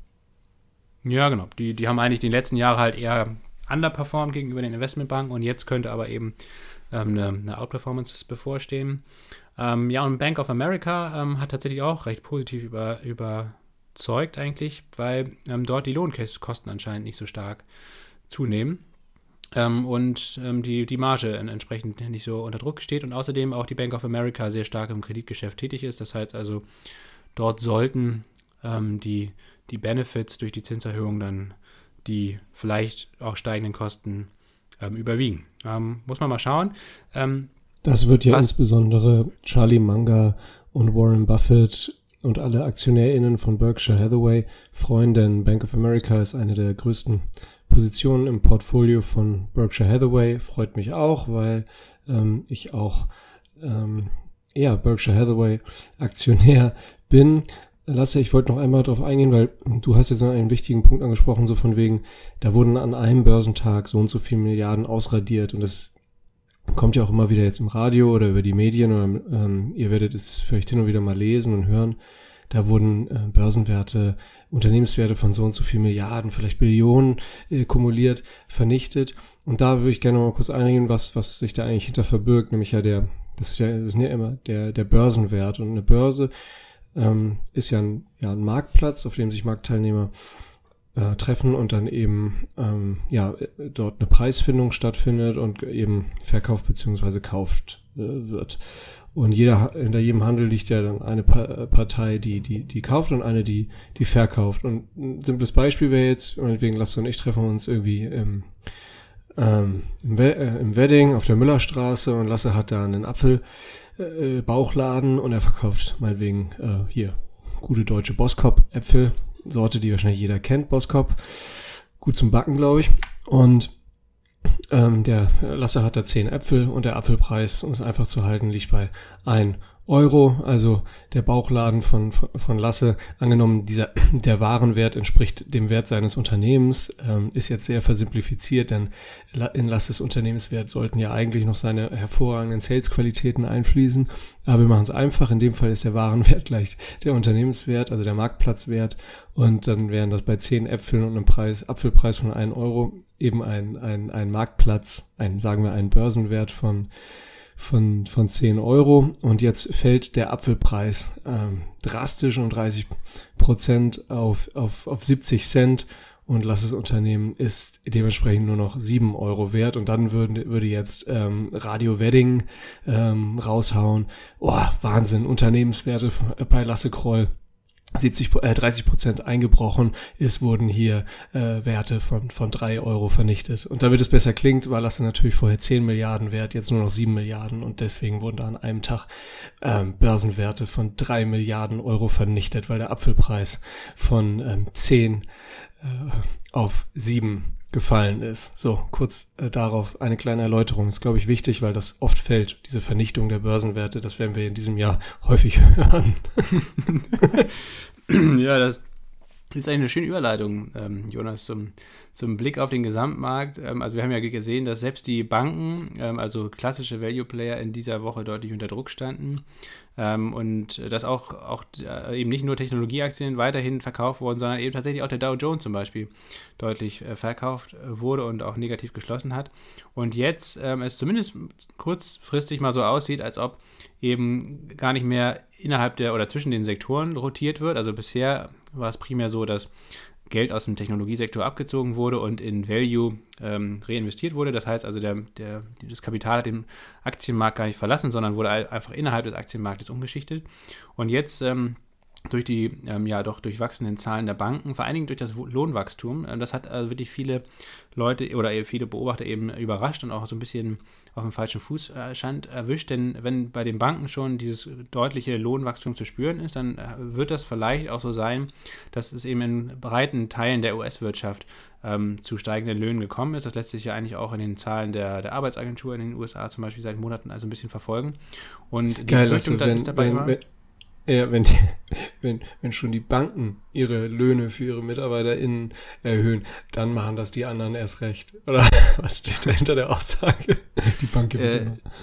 Ja, genau. Die, die haben eigentlich die letzten Jahre halt eher underperformed gegenüber den Investmentbanken und jetzt könnte aber eben ähm, eine, eine Outperformance bevorstehen. Ähm, ja, und Bank of America ähm, hat tatsächlich auch recht positiv über, überzeugt eigentlich, weil ähm, dort die Lohnkosten anscheinend nicht so stark zunehmen. Ähm, und ähm, die, die Marge entsprechend nicht so unter Druck steht und außerdem auch die Bank of America sehr stark im Kreditgeschäft tätig ist. Das heißt also, dort sollten ähm, die, die Benefits durch die Zinserhöhung dann die vielleicht auch steigenden Kosten ähm, überwiegen. Ähm, muss man mal schauen. Ähm, das wird ja was, insbesondere Charlie Munger und Warren Buffett und alle AktionärInnen von Berkshire Hathaway freuen, denn Bank of America ist eine der größten Positionen im Portfolio von Berkshire Hathaway. Freut mich auch, weil ähm, ich auch ähm, ja, Berkshire Hathaway Aktionär bin. Lasse, ich wollte noch einmal darauf eingehen, weil du hast jetzt noch einen wichtigen Punkt angesprochen, so von wegen, da wurden an einem Börsentag so und so viele Milliarden ausradiert und das kommt ja auch immer wieder jetzt im Radio oder über die Medien oder ähm, ihr werdet es vielleicht hin und wieder mal lesen und hören. Da wurden äh, Börsenwerte, Unternehmenswerte von so und so viel Milliarden, vielleicht Billionen äh, kumuliert, vernichtet. Und da würde ich gerne mal kurz eingehen, was was sich da eigentlich hinter verbirgt, nämlich ja der, das ist ja, das ist ja immer der der Börsenwert. Und eine Börse ähm, ist ja ein, ja ein Marktplatz, auf dem sich Marktteilnehmer äh, treffen und dann eben ähm, ja dort eine Preisfindung stattfindet und eben verkauft bzw. kauft äh, wird. Und jeder, hinter jedem Handel liegt ja dann eine pa- Partei, die, die, die kauft und eine, die, die verkauft. Und ein simples Beispiel wäre jetzt, meinetwegen Lasse und ich treffen uns irgendwie im, ähm, im, We- äh, im Wedding auf der Müllerstraße und Lasse hat da einen Apfelbauchladen äh, und er verkauft meinetwegen äh, hier gute deutsche Boskop-Äpfel, Sorte, die wahrscheinlich jeder kennt, Boskop. Gut zum Backen, glaube ich. Und Ähm, der Lasse hat da zehn Äpfel und der Apfelpreis, um es einfach zu halten, liegt bei ein Euro. Also der Bauchladen von, von, von Lasse, angenommen dieser, der Warenwert entspricht dem Wert seines Unternehmens, ähm, ist jetzt sehr versimplifiziert, denn in Lasses Unternehmenswert sollten ja eigentlich noch seine hervorragenden Sales-Qualitäten einfließen. Aber wir machen es einfach. In dem Fall ist der Warenwert gleich der Unternehmenswert, also der Marktplatzwert. Und dann wären das bei zehn Äpfeln und einem Preis, Apfelpreis von ein Euro eben ein, ein, ein Marktplatz, ein, sagen wir, einen Börsenwert von, von, von zehn Euro. Und jetzt fällt der Apfelpreis ähm, drastisch um dreißig Prozent auf, auf, auf siebzig Cent und Lasses Unternehmen ist dementsprechend nur noch sieben Euro wert. Und dann würden, würde jetzt ähm, Radio Wedding ähm, raushauen. Oh, Wahnsinn, Unternehmenswerte bei Lasse Kroll. siebzig, äh, dreißig Prozent eingebrochen, es wurden hier äh, Werte von von drei Euro vernichtet. Und damit es besser klingt, war Lasse natürlich vorher zehn Milliarden wert, jetzt nur noch sieben Milliarden und deswegen wurden da an einem Tag ähm, Börsenwerte von drei Milliarden Euro vernichtet, weil der Apfelpreis von ähm, zehn äh, auf sieben gefallen ist. So, kurz äh, darauf eine kleine Erläuterung. Ist, glaube ich, wichtig, weil das oft fällt, diese Vernichtung der Börsenwerte. Das werden wir in diesem Jahr häufig hören. Ja, das ist eigentlich eine schöne Überleitung, ähm, Jonas, zum, zum Blick auf den Gesamtmarkt. Ähm, also wir haben ja gesehen, dass selbst die Banken, ähm, also klassische Value-Player, in dieser Woche deutlich unter Druck standen. Ähm, und dass auch, auch äh, eben nicht nur Technologieaktien weiterhin verkauft wurden, sondern eben tatsächlich auch der Dow Jones zum Beispiel deutlich äh, verkauft wurde und auch negativ geschlossen hat. Und jetzt ähm, es zumindest kurzfristig mal so aussieht, als ob eben gar nicht mehr innerhalb der oder zwischen den Sektoren rotiert wird. Also bisher war es primär so, dass Geld aus dem Technologiesektor abgezogen wurde und in Value ähm, reinvestiert wurde. Das heißt also, der, der, das Kapital hat den Aktienmarkt gar nicht verlassen, sondern wurde einfach innerhalb des Aktienmarktes umgeschichtet. Und jetzt ähm, durch die ähm, ja doch durchwachsenen Zahlen der Banken, vor allen Dingen durch das Lohnwachstum, äh, das hat also wirklich viele Leute oder viele Beobachter eben überrascht und auch so ein bisschen auf dem falschen Fuß äh, stand erwischt, denn wenn bei den Banken schon dieses deutliche Lohnwachstum zu spüren ist, dann äh, wird das vielleicht auch so sein, dass es eben in breiten Teilen der U S-Wirtschaft ähm, zu steigenden Löhnen gekommen ist. Das lässt sich ja eigentlich auch in den Zahlen der, der Arbeitsagentur in den U S A zum Beispiel seit Monaten also ein bisschen verfolgen. Und die Geil, Befürchtung dann wenn, ist dabei wenn, immer... Wenn, ja, wenn, die, wenn, wenn schon die Banken ihre Löhne für ihre MitarbeiterInnen erhöhen, dann machen das die anderen erst recht. Oder was steht da hinter der Aussage? Die Bank äh,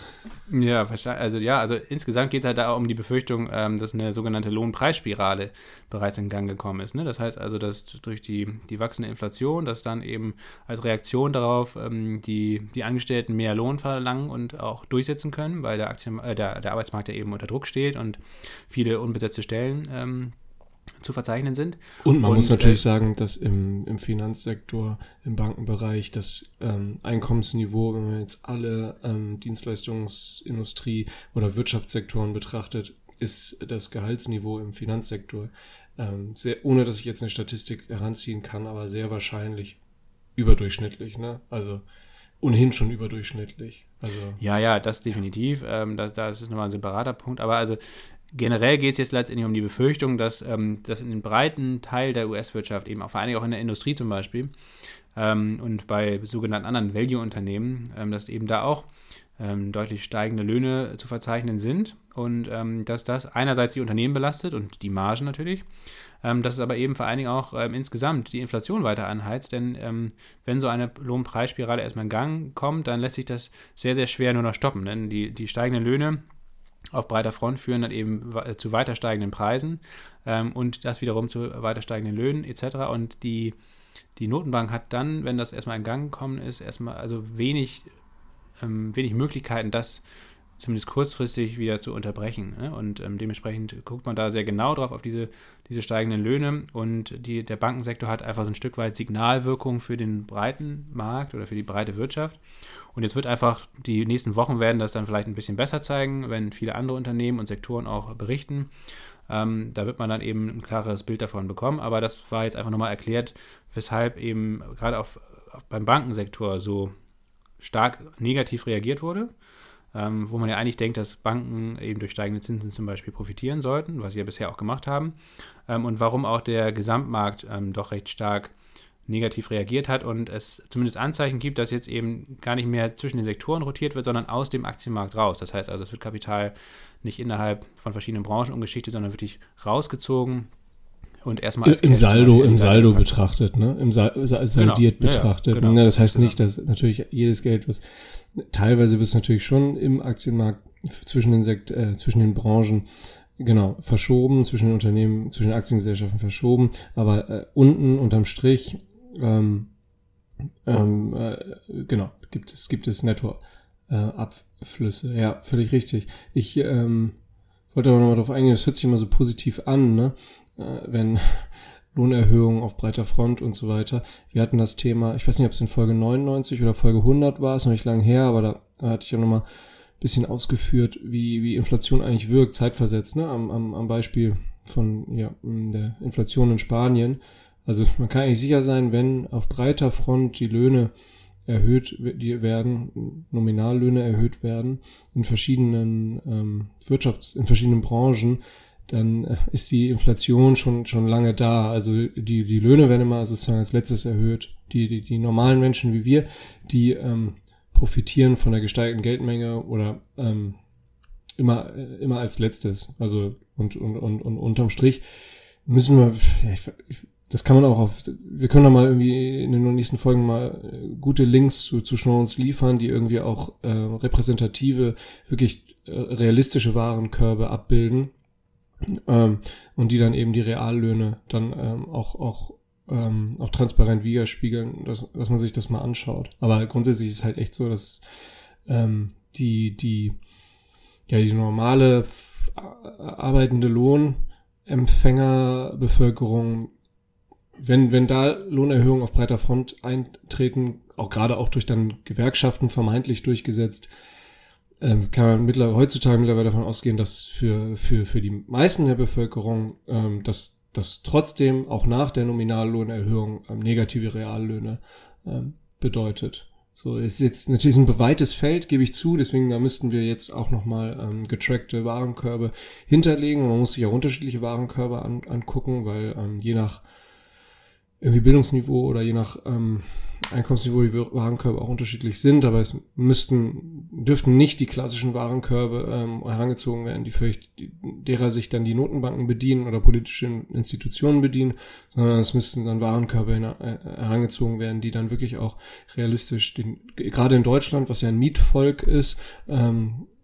Ja, also ja, also insgesamt geht es halt da um die Befürchtung, ähm, dass eine sogenannte Lohnpreisspirale bereits in Gang gekommen ist. Ne? Das heißt also, dass durch die, die wachsende Inflation, dass dann eben als Reaktion darauf ähm, die, die Angestellten mehr Lohn verlangen und auch durchsetzen können, weil der, Aktien, äh, der, der Arbeitsmarkt ja eben unter Druck steht und viele unbesetzte Stellen ähm, zu verzeichnen sind. Und man und, muss natürlich äh, sagen, dass im, im Finanzsektor, im Bankenbereich das ähm, Einkommensniveau, wenn man jetzt alle ähm, Dienstleistungsindustrie oder Wirtschaftssektoren betrachtet, ist das Gehaltsniveau im Finanzsektor, ähm, sehr, ohne dass ich jetzt eine Statistik heranziehen kann, aber sehr wahrscheinlich überdurchschnittlich. Ne? Also ohnehin schon überdurchschnittlich. Also ja, ja, das definitiv. Ähm, da, das ist nochmal ein separater Punkt. Aber also generell geht es jetzt letztendlich um die Befürchtung, dass, ähm, dass in einem breiten Teil der U S-Wirtschaft, eben auch vor allem auch in der Industrie zum Beispiel ähm, und bei sogenannten anderen Value-Unternehmen, ähm, dass eben da auch ähm, deutlich steigende Löhne zu verzeichnen sind und ähm, dass das einerseits die Unternehmen belastet und die Margen natürlich, ähm, dass es aber eben vor allen Dingen auch ähm, insgesamt die Inflation weiter anheizt, denn ähm, wenn so eine Lohnpreisspirale erstmal in Gang kommt, dann lässt sich das sehr, sehr schwer nur noch stoppen, denn die, die steigenden Löhne auf breiter Front führen dann eben zu weiter steigenden Preisen ähm, und das wiederum zu weiter steigenden Löhnen et cetera. Und die, die Notenbank hat dann, wenn das erstmal in Gang gekommen ist, erstmal also wenig, ähm, wenig Möglichkeiten, das zumindest kurzfristig wieder zu unterbrechen. Ne? Und ähm, dementsprechend guckt man da sehr genau drauf auf diese, diese steigenden Löhne und die, der Bankensektor hat einfach so ein Stück weit Signalwirkung für den breiten Markt oder für die breite Wirtschaft. Und jetzt wird einfach, die nächsten Wochen werden das dann vielleicht ein bisschen besser zeigen, wenn viele andere Unternehmen und Sektoren auch berichten. Ähm, da wird man dann eben ein klares Bild davon bekommen. Aber das war jetzt einfach nochmal erklärt, weshalb eben gerade auf, auf beim Bankensektor so stark negativ reagiert wurde. Ähm, wo man ja eigentlich denkt, dass Banken eben durch steigende Zinsen zum Beispiel profitieren sollten, was sie ja bisher auch gemacht haben. Ähm, und warum auch der Gesamtmarkt ähm, doch recht stark negativ reagiert hat und es zumindest Anzeichen gibt, dass jetzt eben gar nicht mehr zwischen den Sektoren rotiert wird, sondern aus dem Aktienmarkt raus. Das heißt also, es wird Kapital nicht innerhalb von verschiedenen Branchen umgeschichtet, sondern wirklich rausgezogen und erstmal als im Cash Saldo, im Saldo gepackt. betrachtet, ne? Im Sa- saldiert genau. betrachtet. Ja, ja, genau. Ne? Das heißt genau. nicht, dass natürlich jedes Geld, was teilweise wird es natürlich schon im Aktienmarkt zwischen den Sekt, äh, zwischen den Branchen genau verschoben, zwischen den Unternehmen, zwischen den Aktiengesellschaften verschoben, aber äh, unten unterm Strich ähm, ähm, äh, genau gibt es gibt es Netto äh, Abflüsse. Ja, völlig richtig. Ich ähm, wollte aber nochmal darauf eingehen, das hört sich immer so positiv an, ne? Äh, wenn Lohnerhöhungen auf breiter Front und so weiter. Wir hatten das Thema, ich weiß nicht, ob es in Folge neunundneunzig oder Folge hundert war, ist noch nicht lange her, aber da, da hatte ich ja nochmal ein bisschen ausgeführt, wie, wie Inflation eigentlich wirkt, zeitversetzt, ne? Am, am, am Beispiel von ja, der Inflation in Spanien. Also man kann eigentlich sicher sein, wenn auf breiter Front die Löhne erhöht die werden, Nominallöhne erhöht werden in verschiedenen ähm, Wirtschafts-, in verschiedenen Branchen, dann ist die Inflation schon schon lange da. Also die die Löhne werden immer sozusagen als letztes erhöht. Die die die normalen Menschen wie wir, die ähm, profitieren von der gesteigerten Geldmenge oder ähm, immer immer als letztes. Also und und und, und unterm Strich müssen wir, ich, das kann man auch auf, wir können da mal irgendwie in den nächsten Folgen mal gute Links zu zu Shows liefern, die irgendwie auch äh, repräsentative, wirklich äh, realistische Warenkörbe abbilden. Ähm, und die dann eben die Reallöhne dann ähm, auch auch ähm, auch transparent widerspiegeln, dass, dass man sich das mal anschaut. Aber grundsätzlich ist es halt echt so, dass ähm, die die ja die normale arbeitende Lohnempfängerbevölkerung, wenn wenn da Lohnerhöhungen auf breiter Front eintreten, auch gerade auch durch dann Gewerkschaften vermeintlich durchgesetzt, kann man mittlerweile, heutzutage mittlerweile davon ausgehen, dass für für für die meisten der Bevölkerung ähm, dass das trotzdem auch nach der Nominallohnerhöhung ähm, negative Reallöhne ähm, bedeutet. So, es ist jetzt natürlich ein weites Feld, gebe ich zu, deswegen da müssten wir jetzt auch nochmal ähm, getrackte Warenkörbe hinterlegen. Man muss sich auch unterschiedliche Warenkörbe an, angucken, weil ähm, je nach irgendwie Bildungsniveau oder je nach ähm, Einkommensniveau die Warenkörbe auch unterschiedlich sind, aber es müssten, dürften nicht die klassischen Warenkörbe ähm, herangezogen werden, die vielleicht die, derer sich dann die Notenbanken bedienen oder politische Institutionen bedienen, sondern es müssten dann Warenkörbe hin, äh, herangezogen werden, die dann wirklich auch realistisch, den, gerade in Deutschland, was ja ein Mietvolk ist, ähm,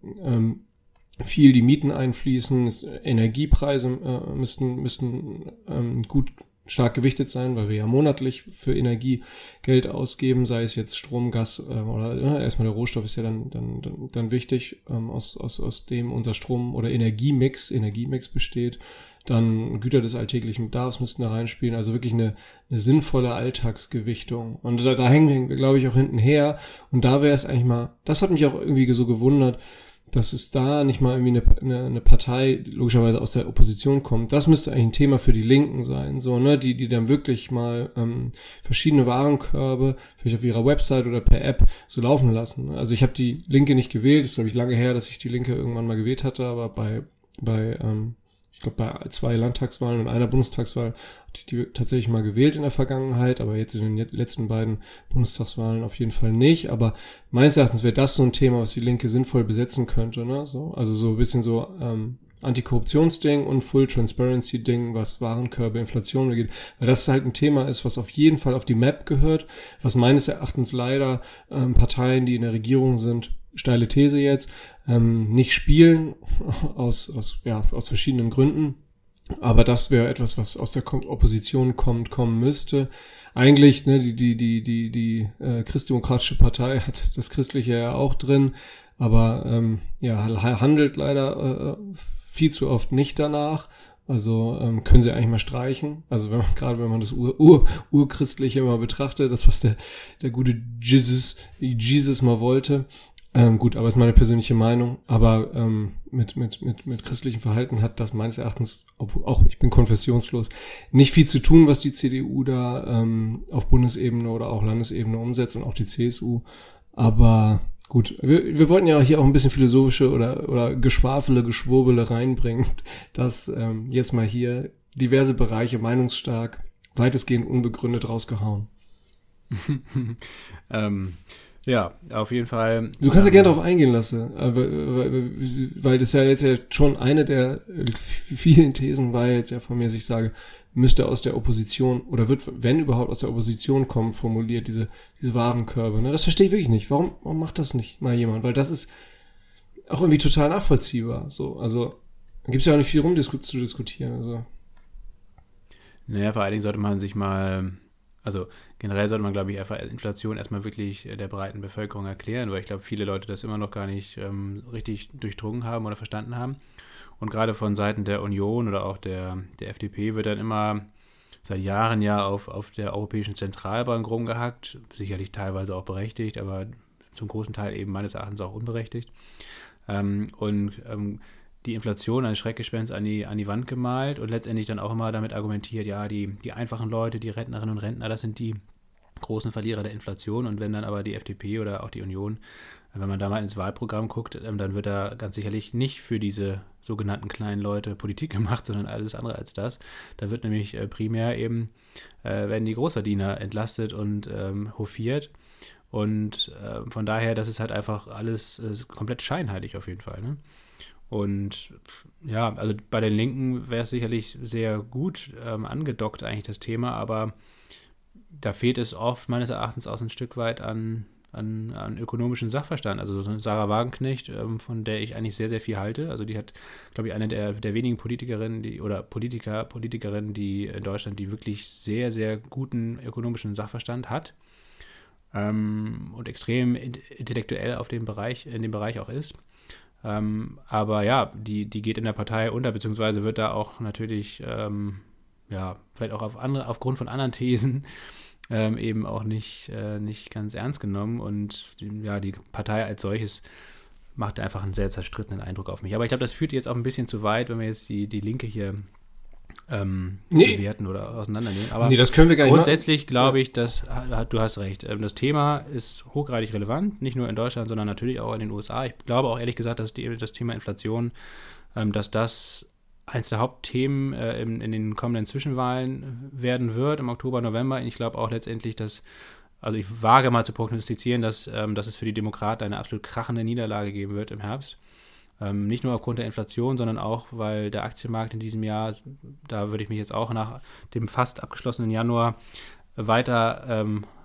ähm, viel die Mieten einfließen, Energiepreise äh, müssten, müssten ähm, gut stark gewichtet sein, weil wir ja monatlich für Energie Geld ausgeben, sei es jetzt Strom, Gas äh, oder äh, erstmal der Rohstoff ist ja dann dann dann, dann wichtig, ähm, aus aus aus dem unser Strom- oder Energiemix Energiemix besteht. Dann Güter des alltäglichen Bedarfs müssten da reinspielen, also wirklich eine, eine sinnvolle Alltagsgewichtung. Und da, da hängen wir, glaube ich, auch hinten her. Und da wäre es eigentlich mal, das hat mich auch irgendwie so gewundert, dass es da nicht mal irgendwie eine, eine, eine Partei logischerweise aus der Opposition kommt. Das müsste eigentlich ein Thema für die Linken sein, so, ne, die, die dann wirklich mal ähm, verschiedene Warenkörbe, vielleicht auf ihrer Website oder per App so laufen lassen. Also ich habe die Linke nicht gewählt, das ist, glaube ich, lange her, dass ich die Linke irgendwann mal gewählt hatte, aber bei, bei ähm, ich glaube, bei zwei Landtagswahlen und einer Bundestagswahl hatte ich die tatsächlich mal gewählt in der Vergangenheit, aber jetzt in den letzten beiden Bundestagswahlen auf jeden Fall nicht. Aber meines Erachtens wäre das so ein Thema, was die Linke sinnvoll besetzen könnte, ne? So, also so ein bisschen so ähm, Antikorruptionsding und Full Transparency Ding, was Warenkörbe, Inflation angeht, weil das halt ein Thema ist, was auf jeden Fall auf die Map gehört, was meines Erachtens leider ähm, Parteien, die in der Regierung sind, steile These jetzt, ähm, nicht spielen, aus, aus, ja, aus verschiedenen Gründen. Aber das wäre etwas, was aus der Kom- Opposition kommt, kommen müsste. Eigentlich, ne, die, die, die, die, die äh, Christdemokratische Partei hat das Christliche ja auch drin, aber ähm, ja, handelt leider äh, viel zu oft nicht danach. Also ähm, können sie eigentlich mal streichen. Also wenn man gerade wenn man das Ur, Ur, Urchristliche mal betrachtet, das was der der gute Jesus Jesus mal wollte. Ähm, gut, aber ist meine persönliche Meinung. Aber ähm, mit mit mit mit christlichem Verhalten hat das meines Erachtens, obwohl auch ich bin konfessionslos, nicht viel zu tun, was die C D U da ähm, auf Bundesebene oder auch Landesebene umsetzt und auch die C S U. Aber gut, wir, wir wollten ja hier auch ein bisschen philosophische oder oder Geschwafele, Geschwurbele reinbringen, dass ähm, jetzt mal hier diverse Bereiche meinungsstark, weitestgehend unbegründet rausgehauen. ähm, ja, auf jeden Fall. Du kannst ja ähm, gerne darauf eingehen lassen, weil, weil das ja jetzt ja schon eine der vielen Thesen war jetzt ja von mir, dass ich sage, müsste aus der Opposition oder wird, wenn überhaupt aus der Opposition kommen, formuliert, diese diese Warenkörbe. Ne? Das verstehe ich wirklich nicht. Warum, warum macht das nicht mal jemand? Weil das ist auch irgendwie total nachvollziehbar. So, also da gibt es ja auch nicht viel rum disku- zu diskutieren. Also. Naja, vor allen Dingen sollte man sich mal, also generell sollte man, glaube ich, einfach Inflation erstmal wirklich der breiten Bevölkerung erklären, weil ich glaube, viele Leute das immer noch gar nicht ähm, richtig durchdrungen haben oder verstanden haben. Und gerade von Seiten der Union oder auch der, der F D P wird dann immer seit Jahren ja auf, auf der Europäischen Zentralbank rumgehackt, sicherlich teilweise auch berechtigt, aber zum großen Teil eben meines Erachtens auch unberechtigt. Ähm, und ähm, die Inflation als Schreckgespenst an die, an die Wand gemalt und letztendlich dann auch immer damit argumentiert, ja, die, die einfachen Leute, die Rentnerinnen und Rentner, das sind die großen Verlierer der Inflation. Und wenn dann aber die F D P oder auch die Union, wenn man da mal ins Wahlprogramm guckt, dann wird da ganz sicherlich nicht für diese sogenannten kleinen Leute Politik gemacht, sondern alles andere als das. Da wird nämlich äh, primär eben, äh, werden die Großverdiener entlastet und ähm, hofiert. Und äh, von daher, das ist halt einfach alles äh, komplett scheinheilig auf jeden Fall, ne? Und ja, also bei den Linken wäre es sicherlich sehr gut ähm, angedockt eigentlich das Thema, aber da fehlt es oft meines Erachtens auch ein Stück weit an, an, an ökonomischen Sachverstand. Also so eine Sarah Wagenknecht, ähm, von der ich eigentlich sehr, sehr viel halte. Also die hat, glaube ich, eine der, der wenigen Politikerinnen, die oder Politiker, Politikerinnen, die in Deutschland, die wirklich sehr, sehr guten ökonomischen Sachverstand hat ähm, und extrem intellektuell auf dem Bereich, in dem Bereich auch ist. Ähm, aber ja, die, die geht in der Partei unter, beziehungsweise wird da auch natürlich, ähm, ja, vielleicht auch auf andere, aufgrund von anderen Thesen ähm, eben auch nicht, äh, nicht ganz ernst genommen. Und die, ja, die Partei als solches macht einfach einen sehr zerstrittenen Eindruck auf mich. Aber ich glaube, das führt jetzt auch ein bisschen zu weit, wenn wir jetzt die, die Linke hier ähm, nee. bewerten oder auseinandernehmen. Aber nee, das können wir gar nicht grundsätzlich glaube ich, dass du hast recht. Das Thema ist hochgradig relevant, nicht nur in Deutschland, sondern natürlich auch in den U S A. Ich glaube auch ehrlich gesagt, dass die, das Thema Inflation, ähm, dass das eines der Hauptthemen äh, in, in den kommenden Zwischenwahlen werden wird im Oktober, November. Ich glaube auch letztendlich, dass, also ich wage mal zu prognostizieren, dass, ähm, dass es für die Demokraten eine absolut krachende Niederlage geben wird im Herbst. Ähm, nicht nur aufgrund der Inflation, sondern auch, weil der Aktienmarkt in diesem Jahr, da würde ich mich jetzt auch nach dem fast abgeschlossenen Januar weiter ähm,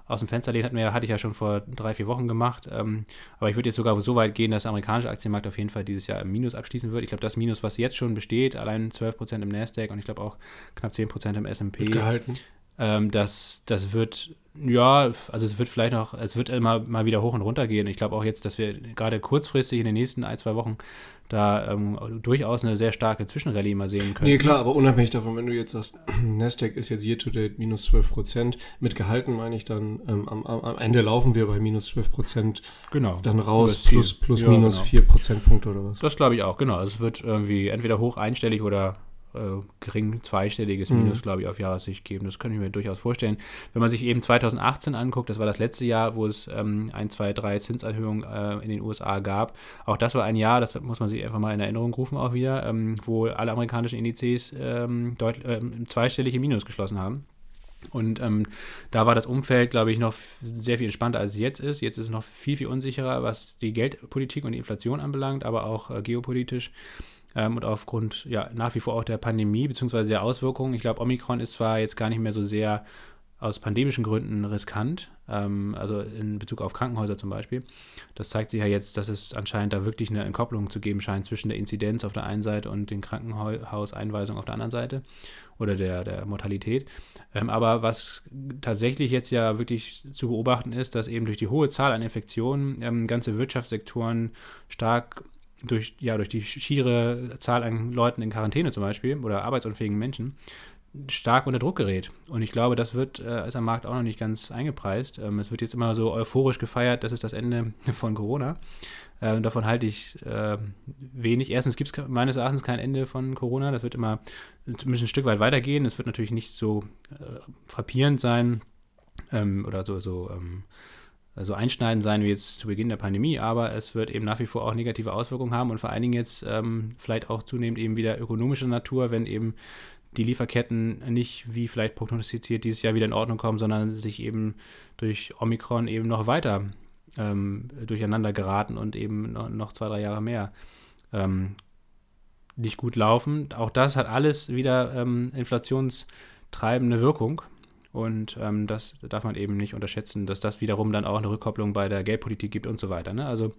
aus dem Fenster lehnen, hatten wir, hatte ich ja schon vor drei, vier Wochen gemacht. Ähm, aber ich würde jetzt sogar so weit gehen, dass der amerikanische Aktienmarkt auf jeden Fall dieses Jahr im Minus abschließen wird. Ich glaube, das Minus, was jetzt schon besteht, allein zwölf Prozent im Nasdaq und ich glaube auch knapp zehn Prozent im S und P. Gehalten. Ähm, das, das wird, ja, also es wird vielleicht noch, es wird immer mal wieder hoch und runter gehen. Ich glaube auch jetzt, dass wir gerade kurzfristig in den nächsten ein, zwei Wochen da ähm, durchaus eine sehr starke Zwischenrallye mal sehen können. Nee, klar, aber unabhängig davon, wenn du jetzt sagst, Nasdaq ist jetzt year to date minus zwölf Prozent, mit gehalten meine ich dann, ähm, am, am Ende laufen wir bei minus zwölf Prozent genau. dann raus, plus, plus ja, minus genau. vier Prozentpunkte oder was? Das glaube ich auch, genau. Also es wird irgendwie entweder hoch einstellig oder Äh, gering zweistelliges Minus, mhm. glaube ich, auf Jahressicht geben. Das kann ich mir durchaus vorstellen. Wenn man sich eben zwanzig achtzehn anguckt, das war das letzte Jahr, wo es ähm, ein, zwei, drei Zinserhöhungen äh, in den U S A gab. Auch das war ein Jahr, das muss man sich einfach mal in Erinnerung rufen auch wieder, ähm, wo alle amerikanischen Indizes ähm, deut- äh, zweistellige Minus geschlossen haben. Und ähm, da war das Umfeld, glaube ich, noch sehr viel entspannter, als es jetzt ist. Jetzt ist es noch viel, viel unsicherer, was die Geldpolitik und die Inflation anbelangt, aber auch äh, geopolitisch. Ähm, und aufgrund, ja, nach wie vor auch der Pandemie bzw. der Auswirkungen. Ich glaube, Omikron ist zwar jetzt gar nicht mehr so sehr aus pandemischen Gründen riskant, ähm, also in Bezug auf Krankenhäuser zum Beispiel. Das zeigt sich ja jetzt, dass es anscheinend da wirklich eine Entkopplung zu geben scheint zwischen der Inzidenz auf der einen Seite und den Krankenhauseinweisungen auf der anderen Seite oder der, der Mortalität. Ähm, aber was tatsächlich jetzt ja wirklich zu beobachten ist, dass eben durch die hohe Zahl an Infektionen ähm, ganze Wirtschaftssektoren stark durch, ja, durch die schiere Zahl an Leuten in Quarantäne zum Beispiel oder arbeitsunfähigen Menschen stark unter Druck gerät. Und ich glaube, das wird äh, ist am Markt auch noch nicht ganz eingepreist. Ähm, es wird jetzt immer so euphorisch gefeiert, das ist das Ende von Corona. Ähm, davon halte ich äh, wenig. Erstens gibt es meines Erachtens kein Ende von Corona. Das wird immer zumindest ein Stück weit weitergehen. Es wird natürlich nicht so äh, frappierend sein ähm, oder so, so ähm, so einschneidend sein wie jetzt zu Beginn der Pandemie, aber es wird eben nach wie vor auch negative Auswirkungen haben und vor allen Dingen jetzt ähm, vielleicht auch zunehmend eben wieder ökonomischer Natur, wenn eben die Lieferketten nicht, wie vielleicht prognostiziert, dieses Jahr wieder in Ordnung kommen, sondern sich eben durch Omikron eben noch weiter ähm, durcheinander geraten und eben noch, noch zwei, drei Jahre mehr ähm, nicht gut laufen. Auch das hat alles wieder ähm, inflationstreibende Wirkung. Und ähm, das darf man eben nicht unterschätzen, dass das wiederum dann auch eine Rückkopplung bei der Geldpolitik gibt und so weiter. Ne? Also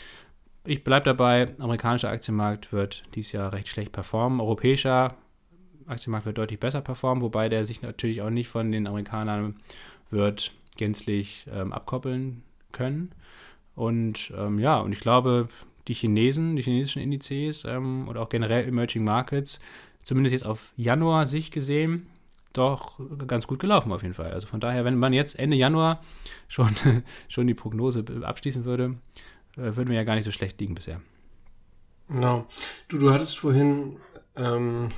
ich bleibe dabei, amerikanischer Aktienmarkt wird dieses Jahr recht schlecht performen. Europäischer Aktienmarkt wird deutlich besser performen, wobei der sich natürlich auch nicht von den Amerikanern wird gänzlich ähm, abkoppeln können. Und ähm, ja, und ich glaube, die Chinesen, die chinesischen Indizes ähm, und auch generell Emerging Markets, zumindest jetzt auf Januar Sicht gesehen, doch ganz gut gelaufen auf jeden Fall. Also von daher, wenn man jetzt Ende Januar schon, schon die Prognose abschließen würde, würden wir ja gar nicht so schlecht liegen bisher. Genau. Du, du hattest vorhin ähm,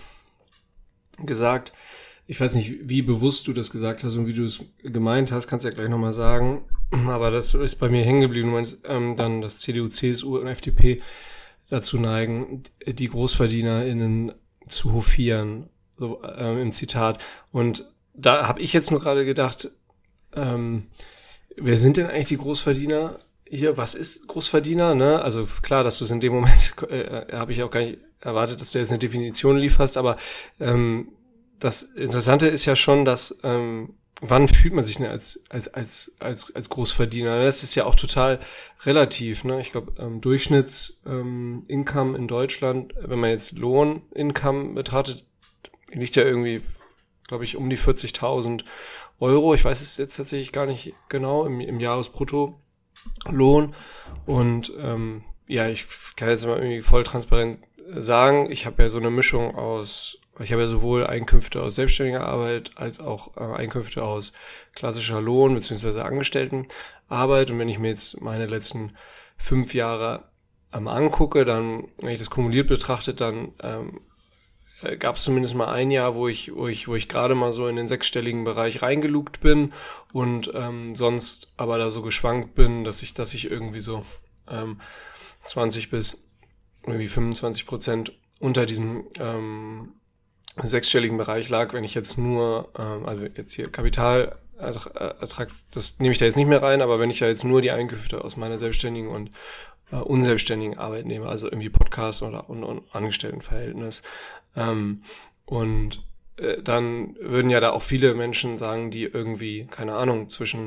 gesagt, ich weiß nicht, wie bewusst du das gesagt hast und wie du es gemeint hast, kannst du ja gleich nochmal sagen, aber das ist bei mir hängen geblieben. Du meinst ähm, dann, dass C D U, C S U und F D P dazu neigen, die GroßverdienerInnen zu hofieren. So ähm, im Zitat. Und da habe ich jetzt nur gerade gedacht, ähm, wer sind denn eigentlich die Großverdiener hier? Was ist Großverdiener? Ne? Also klar, dass du es in dem Moment, äh, habe ich auch gar nicht erwartet, dass du jetzt eine Definition lieferst, aber ähm, das Interessante ist ja schon, dass ähm, wann fühlt man sich denn als als als als als Großverdiener? Das ist ja auch total relativ. Ne? Ich glaube, ähm, Durchschnitts-Income ähm, in Deutschland, wenn man jetzt Lohn-Income betrachtet, liegt ja irgendwie, glaube ich, um die vierzigtausend Euro. Ich weiß es jetzt tatsächlich gar nicht genau im, im Jahresbruttolohn. Und ähm, ja, ich kann jetzt mal irgendwie voll transparent sagen, ich habe ja so eine Mischung aus, ich habe ja sowohl Einkünfte aus selbstständiger Arbeit als auch äh, Einkünfte aus klassischer Lohn- bzw. Angestelltenarbeit. Und wenn ich mir jetzt meine letzten fünf Jahre ähm, angucke, dann, wenn ich das kumuliert betrachte, dann ähm, gab es zumindest mal ein Jahr, wo ich, wo ich, wo ich gerade mal so in den sechsstelligen Bereich reingelugt bin und ähm, sonst aber da so geschwankt bin, dass ich, dass ich irgendwie so ähm, zwanzig bis irgendwie fünfundzwanzig Prozent unter diesem ähm, sechsstelligen Bereich lag, wenn ich jetzt nur, ähm, also jetzt hier Kapitalertrags, das nehme ich da jetzt nicht mehr rein, aber wenn ich da jetzt nur die Einkünfte aus meiner selbstständigen und äh, unselbstständigen Arbeit nehme, also irgendwie Podcast oder und, und Angestelltenverhältnis, ähm, und äh, dann würden ja da auch viele Menschen sagen, die irgendwie, keine Ahnung, zwischen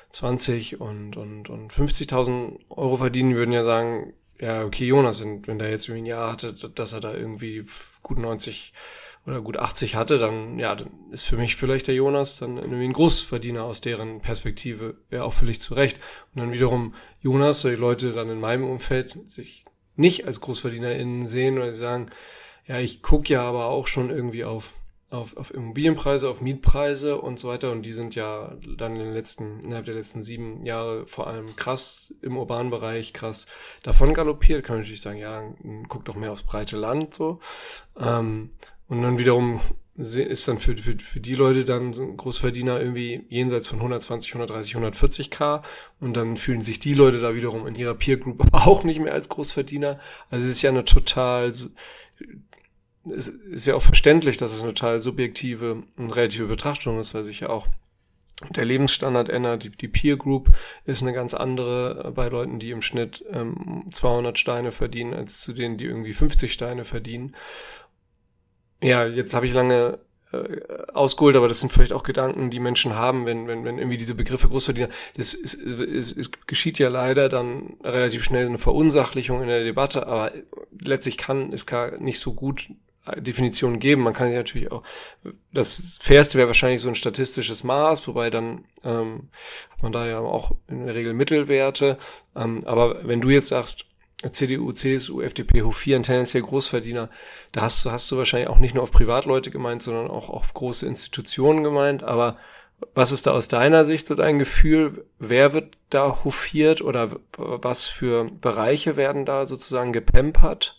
zwanzig und, und, und fünfzigtausend Euro verdienen, würden ja sagen, ja, okay, Jonas, wenn, wenn der jetzt irgendwie ein Jahr hatte, dass er da irgendwie gut neunzig oder gut achtzig hatte, dann, ja, dann ist für mich vielleicht der Jonas dann irgendwie ein Großverdiener aus deren Perspektive, ja, auch völlig zu Recht. Und dann wiederum Jonas, so die Leute dann in meinem Umfeld sich nicht als GroßverdienerInnen sehen oder sagen, ja, ich gucke ja aber auch schon irgendwie auf, auf, auf Immobilienpreise, auf Mietpreise und so weiter, und die sind ja dann in den letzten, innerhalb der letzten sieben Jahre vor allem krass im urbanen Bereich, krass davon galoppiert. Kann man natürlich sagen, ja, dann guck doch mehr aufs breite Land, so. Ähm, und dann wiederum ist dann für, für, für die Leute dann so ein Großverdiener irgendwie jenseits von hundertzwanzig, hundertdreißig, hundertvierzig K, und dann fühlen sich die Leute da wiederum in ihrer Peer Group auch nicht mehr als Großverdiener. Also es ist ja eine total, es ist ja auch verständlich, dass es eine total subjektive und relative Betrachtung ist, weil sich ja auch der Lebensstandard ändert. Die, die Peer Group ist eine ganz andere bei Leuten, die im Schnitt ähm, zweihundert Steine verdienen, als zu denen, die irgendwie fünfzig Steine verdienen. Ja, jetzt habe ich lange äh, ausgeholt, aber das sind vielleicht auch Gedanken, die Menschen haben, wenn wenn wenn irgendwie diese Begriffe Großverdiener, das ist, ist, es geschieht ja leider dann relativ schnell eine Verunsachlichung in der Debatte, aber letztlich kann es gar nicht so gut Definitionen geben. Man kann ja natürlich auch, das Fairste wäre wahrscheinlich so ein statistisches Maß, wobei dann ähm, hat man da ja auch in der Regel Mittelwerte, ähm, aber wenn du jetzt sagst, C D U, C S U, F D P hofieren tendenziell Großverdiener, da hast du, hast du wahrscheinlich auch nicht nur auf Privatleute gemeint, sondern auch auf große Institutionen gemeint. Aber was ist da aus deiner Sicht so dein Gefühl? Wer wird da hofiert oder was für Bereiche werden da sozusagen gepampert?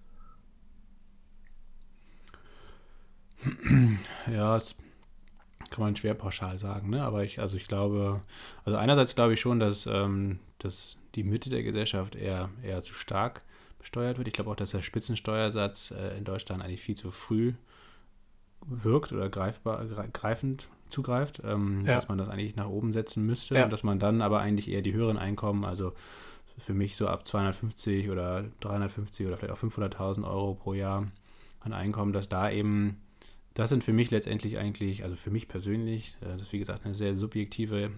Ja, das kann man schwer pauschal sagen, ne? Aber ich, also ich glaube, also einerseits glaube ich schon, dass, ähm, dass die Mitte der Gesellschaft eher, eher zu stark besteuert wird. Ich glaube auch, dass der Spitzensteuersatz äh, in Deutschland eigentlich viel zu früh wirkt oder greifbar, greifend zugreift, ähm, ja. Dass man das eigentlich nach oben setzen müsste, ja. Und dass man dann aber eigentlich eher die höheren Einkommen, also für mich so ab zweihundertfünfzig oder dreihundertfünfzig oder vielleicht auch fünfhunderttausend Euro pro Jahr an Einkommen, dass da eben, das sind für mich letztendlich eigentlich, also für mich persönlich, das ist wie gesagt eine sehr subjektive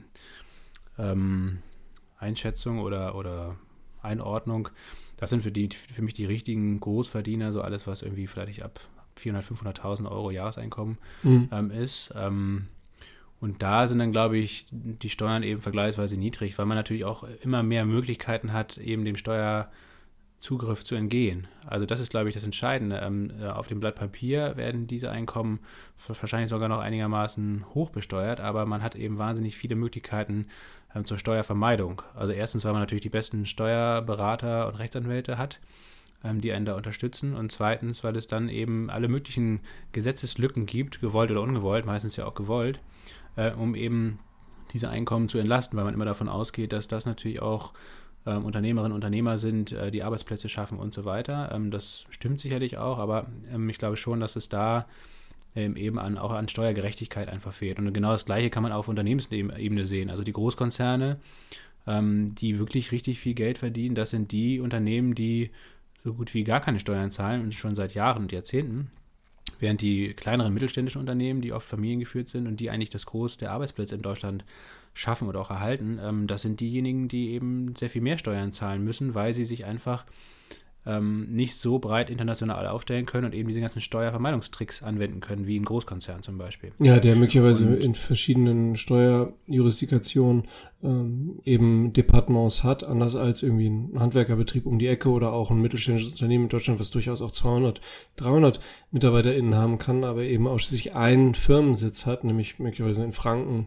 ähm, Einschätzung oder, oder Einordnung. Das sind für, die, für mich die richtigen Großverdiener, so alles, was irgendwie vielleicht ab vierhunderttausend, fünfhunderttausend Euro Jahreseinkommen mhm. ähm, ist. Ähm, und da sind dann, glaube ich, die Steuern eben vergleichsweise niedrig, weil man natürlich auch immer mehr Möglichkeiten hat, eben dem Steuerzugriff zu entgehen. Also das ist, glaube ich, das Entscheidende. Ähm, auf dem Blatt Papier werden diese Einkommen wahrscheinlich sogar noch einigermaßen hoch besteuert, aber man hat eben wahnsinnig viele Möglichkeiten ähm, zur Steuervermeidung. Also erstens, weil man natürlich die besten Steuerberater und Rechtsanwälte hat, ähm, die einen da unterstützen, und zweitens, weil es dann eben alle möglichen Gesetzeslücken gibt, gewollt oder ungewollt, meistens ja auch gewollt, äh, um eben diese Einkommen zu entlasten, weil man immer davon ausgeht, dass das natürlich auch ähm, Unternehmerinnen und Unternehmer sind, äh, die Arbeitsplätze schaffen und so weiter. Ähm, das stimmt sicherlich auch, aber ähm, ich glaube schon, dass es da ähm, eben an, auch an Steuergerechtigkeit einfach fehlt. Und genau das Gleiche kann man auf Unternehmensebene sehen. Also die Großkonzerne, ähm, die wirklich richtig viel Geld verdienen, das sind die Unternehmen, die so gut wie gar keine Steuern zahlen und schon seit Jahren und Jahrzehnten. Während die kleineren mittelständischen Unternehmen, die oft familiengeführt sind und die eigentlich das Groß der Arbeitsplätze in Deutschland schaffen oder auch erhalten, ähm, das sind diejenigen, die eben sehr viel mehr Steuern zahlen müssen, weil sie sich einfach ähm, nicht so breit international aufstellen können und eben diese ganzen Steuervermeidungstricks anwenden können, wie ein Großkonzern zum Beispiel. Ja, der möglicherweise und in verschiedenen Steuerjurisdikationen ähm, eben Departements hat, anders als irgendwie ein Handwerkerbetrieb um die Ecke oder auch ein mittelständisches Unternehmen in Deutschland, was durchaus auch zweihundert, dreihundert MitarbeiterInnen haben kann, aber eben ausschließlich einen Firmensitz hat, nämlich möglicherweise in Franken,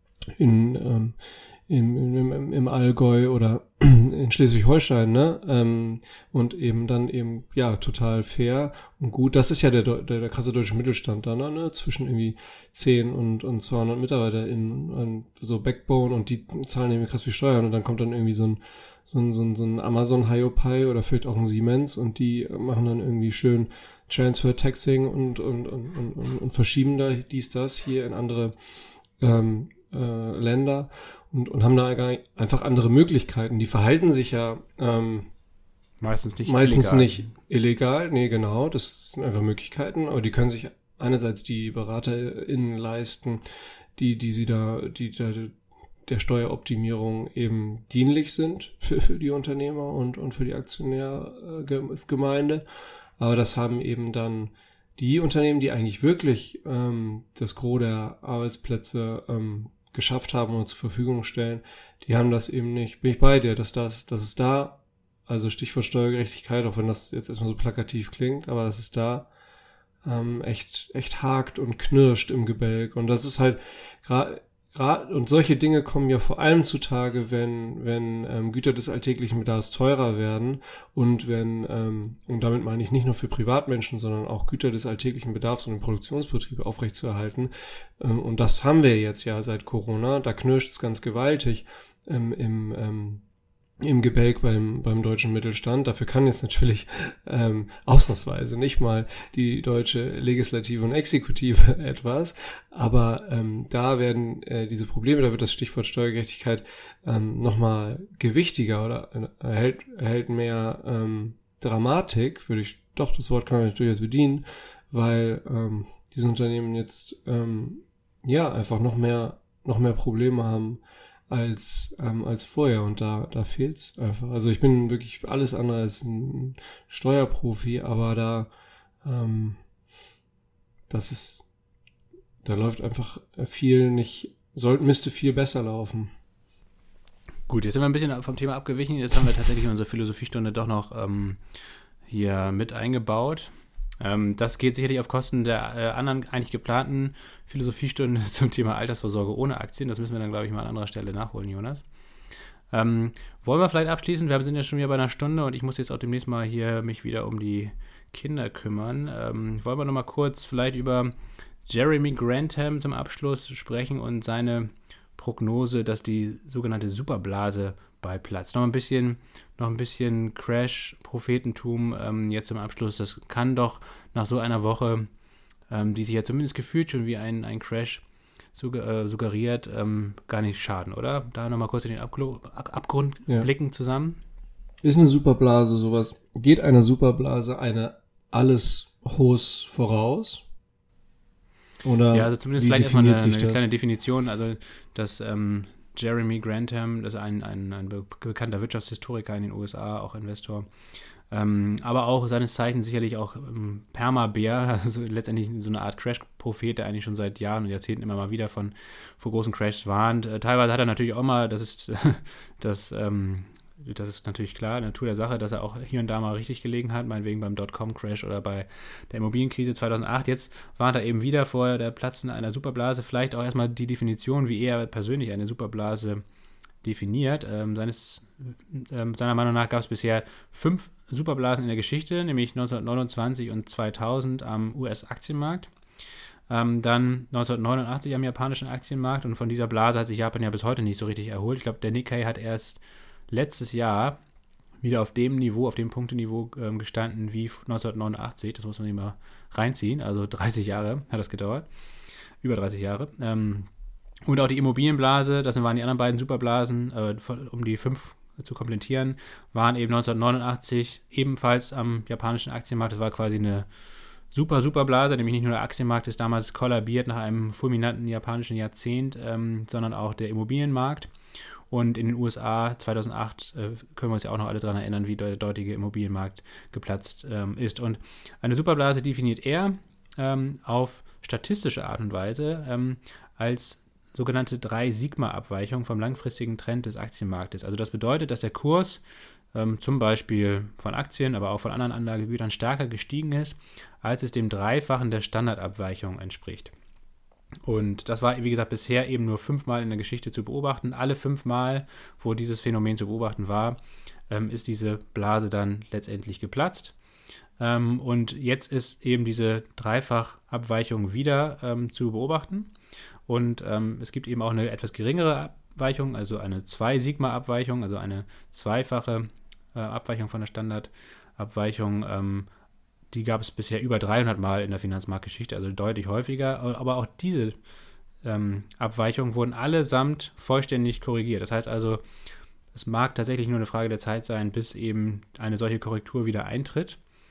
in ähm, Im, im, im Allgäu oder in Schleswig-Holstein, ne? Ähm, und eben dann eben, ja, total fair und gut. Das ist ja der, der, der krasse deutsche Mittelstand da, ne? Zwischen irgendwie zehn und, und zweihundert MitarbeiterInnen und so Backbone, und die zahlen eben krass viel Steuern, und dann kommt dann irgendwie so ein, so ein, so ein, so ein Amazon Hiopai oder vielleicht auch ein Siemens, und die machen dann irgendwie schön Transfer Taxing und, und, und, und, und, und verschieben da dies, das hier in andere ähm, äh, Länder. Und, und haben da gar nicht, einfach andere Möglichkeiten. Die verhalten sich ja ähm, meistens nicht meistens illegal. nicht illegal. Nee, genau, das sind einfach Möglichkeiten. Aber die können sich einerseits die BeraterInnen leisten, die die sie da, die da der Steueroptimierung eben dienlich sind für, für die Unternehmer und, und für die Aktionärsgemeinde. Aber das haben eben dann die Unternehmen, die eigentlich wirklich ähm, das Gros der Arbeitsplätze ähm, geschafft haben und zur Verfügung stellen, die haben das eben nicht. Bin ich bei dir, dass das, dass es da, also Stichwort Steuergerechtigkeit, auch wenn das jetzt erstmal so plakativ klingt, aber dass es da ähm, echt, echt hakt und knirscht im Gebälk. Und das ist halt gerade Gerade, und solche Dinge kommen ja vor allem zutage, wenn, wenn ähm, Güter des alltäglichen Bedarfs teurer werden und wenn, ähm, und damit meine ich nicht nur für Privatmenschen, sondern auch Güter des alltäglichen Bedarfs und den Produktionsbetrieb aufrechtzuerhalten. Ähm, und das haben wir jetzt ja seit Corona, da knirscht es ganz gewaltig ähm, im, ähm, im Gebälk beim, beim deutschen Mittelstand. Dafür kann jetzt natürlich ähm, ausnahmsweise nicht mal die deutsche Legislative und Exekutive etwas, aber ähm, da werden äh, diese Probleme, da wird das Stichwort Steuergerechtigkeit ähm, nochmal gewichtiger oder äh, erhält, erhält mehr ähm, Dramatik, würde ich, doch, das Wort kann man durchaus bedienen, weil ähm, diese Unternehmen jetzt ähm, ja einfach noch mehr, noch mehr Probleme haben, als ähm, als vorher und da da fehlt's einfach. Also ich bin wirklich alles andere als ein Steuerprofi, aber da ähm, das ist da läuft einfach viel nicht, sollte müsste viel besser laufen. Gut, jetzt sind wir ein bisschen vom Thema abgewichen. Jetzt haben wir tatsächlich unsere Philosophiestunde doch noch ähm, hier mit eingebaut. Ähm, das geht sicherlich auf Kosten der äh, anderen eigentlich geplanten Philosophiestunde zum Thema Altersvorsorge ohne Aktien. Das müssen wir dann, glaube ich, mal an anderer Stelle nachholen, Jonas. Ähm, wollen wir vielleicht abschließen? Wir sind ja schon wieder bei einer Stunde und ich muss jetzt auch demnächst mal hier mich wieder um die Kinder kümmern. Ähm, wollen wir noch mal kurz vielleicht über Jeremy Grantham zum Abschluss sprechen und seine Prognose, dass die sogenannte Superblase beiplatzt. Noch ein bisschen, noch ein bisschen Crash-Prophetentum ähm, jetzt zum Abschluss. Das kann doch nach so einer Woche, ähm, die sich ja zumindest gefühlt schon wie ein, ein Crash sugger- äh, suggeriert, ähm, gar nicht schaden, oder? Da nochmal kurz in den Abglo- Abgrund ja. blicken zusammen. Ist eine Superblase sowas? Geht eine Superblase eine alles Hohes voraus? Oder ja, also zumindest vielleicht erstmal eine, eine kleine Definition. Also, dass ähm, Jeremy Grantham, das ist ein, ein, ein bekannter Wirtschaftshistoriker in den U S A, auch Investor, ähm, aber auch seines Zeichens sicherlich auch ähm, Perma-Bär, also letztendlich so eine Art Crash-Prophet, der eigentlich schon seit Jahren und Jahrzehnten immer mal wieder von vor großen Crashs warnt. Äh, teilweise hat er natürlich auch mal, das ist das ähm, das ist natürlich klar, Natur der Sache, dass er auch hier und da mal richtig gelegen hat, meinetwegen beim Dotcom-Crash oder bei der Immobilienkrise zweitausendacht. Jetzt warnt er eben wieder vor der Platzen einer Superblase. Vielleicht auch erstmal die Definition, wie er persönlich eine Superblase definiert. Ähm, seines, ähm, seiner Meinung nach gab es bisher fünf Superblasen in der Geschichte, nämlich neunzehnhundertneunundzwanzig und zweitausend am U S-Aktienmarkt. Ähm, dann neunzehnhundertneunundachtzig am japanischen Aktienmarkt und von dieser Blase hat sich Japan ja bis heute nicht so richtig erholt. Ich glaube, der Nikkei hat erst letztes Jahr wieder auf dem Niveau, auf dem Punkteniveau ähm, gestanden wie neunzehnhundertneunundachtzig. Das muss man sich mal reinziehen. Also dreißig Jahre hat das gedauert. Über dreißig Jahre. Ähm, und auch die Immobilienblase, das waren die anderen beiden Superblasen, äh, um die fünf zu komplettieren, waren eben neunzehnhundertneunundachtzig ebenfalls am japanischen Aktienmarkt. Das war quasi eine super, super Blase, nämlich nicht nur der Aktienmarkt ist damals kollabiert nach einem fulminanten japanischen Jahrzehnt, ähm, sondern auch der Immobilienmarkt. Und in den U S A zweitausendacht äh, können wir uns ja auch noch alle daran erinnern, wie der dortige Immobilienmarkt geplatzt ähm, ist. Und eine Superblase definiert er ähm, auf statistische Art und Weise ähm, als sogenannte drei Sigma-Abweichung vom langfristigen Trend des Aktienmarktes. Also das bedeutet, dass der Kurs ähm, zum Beispiel von Aktien, aber auch von anderen Anlagegütern stärker gestiegen ist, als es dem Dreifachen der Standardabweichung entspricht. Und das war, wie gesagt, bisher eben nur fünfmal in der Geschichte zu beobachten. Alle fünfmal, wo dieses Phänomen zu beobachten war, ähm, ist diese Blase dann letztendlich geplatzt. Ähm, und jetzt ist eben diese Dreifachabweichung wieder ähm, zu beobachten. Und ähm, es gibt eben auch eine etwas geringere Abweichung, also eine zwei-Sigma-Abweichung, also eine zweifache äh, Abweichung von der Standardabweichung. Ähm, Die gab es bisher über dreihundert Mal in der Finanzmarktgeschichte, also deutlich häufiger. Aber auch diese ähm, Abweichungen wurden allesamt vollständig korrigiert. Das heißt also, es mag tatsächlich nur eine Frage der Zeit sein, bis eben eine solche Korrektur wieder eintritt.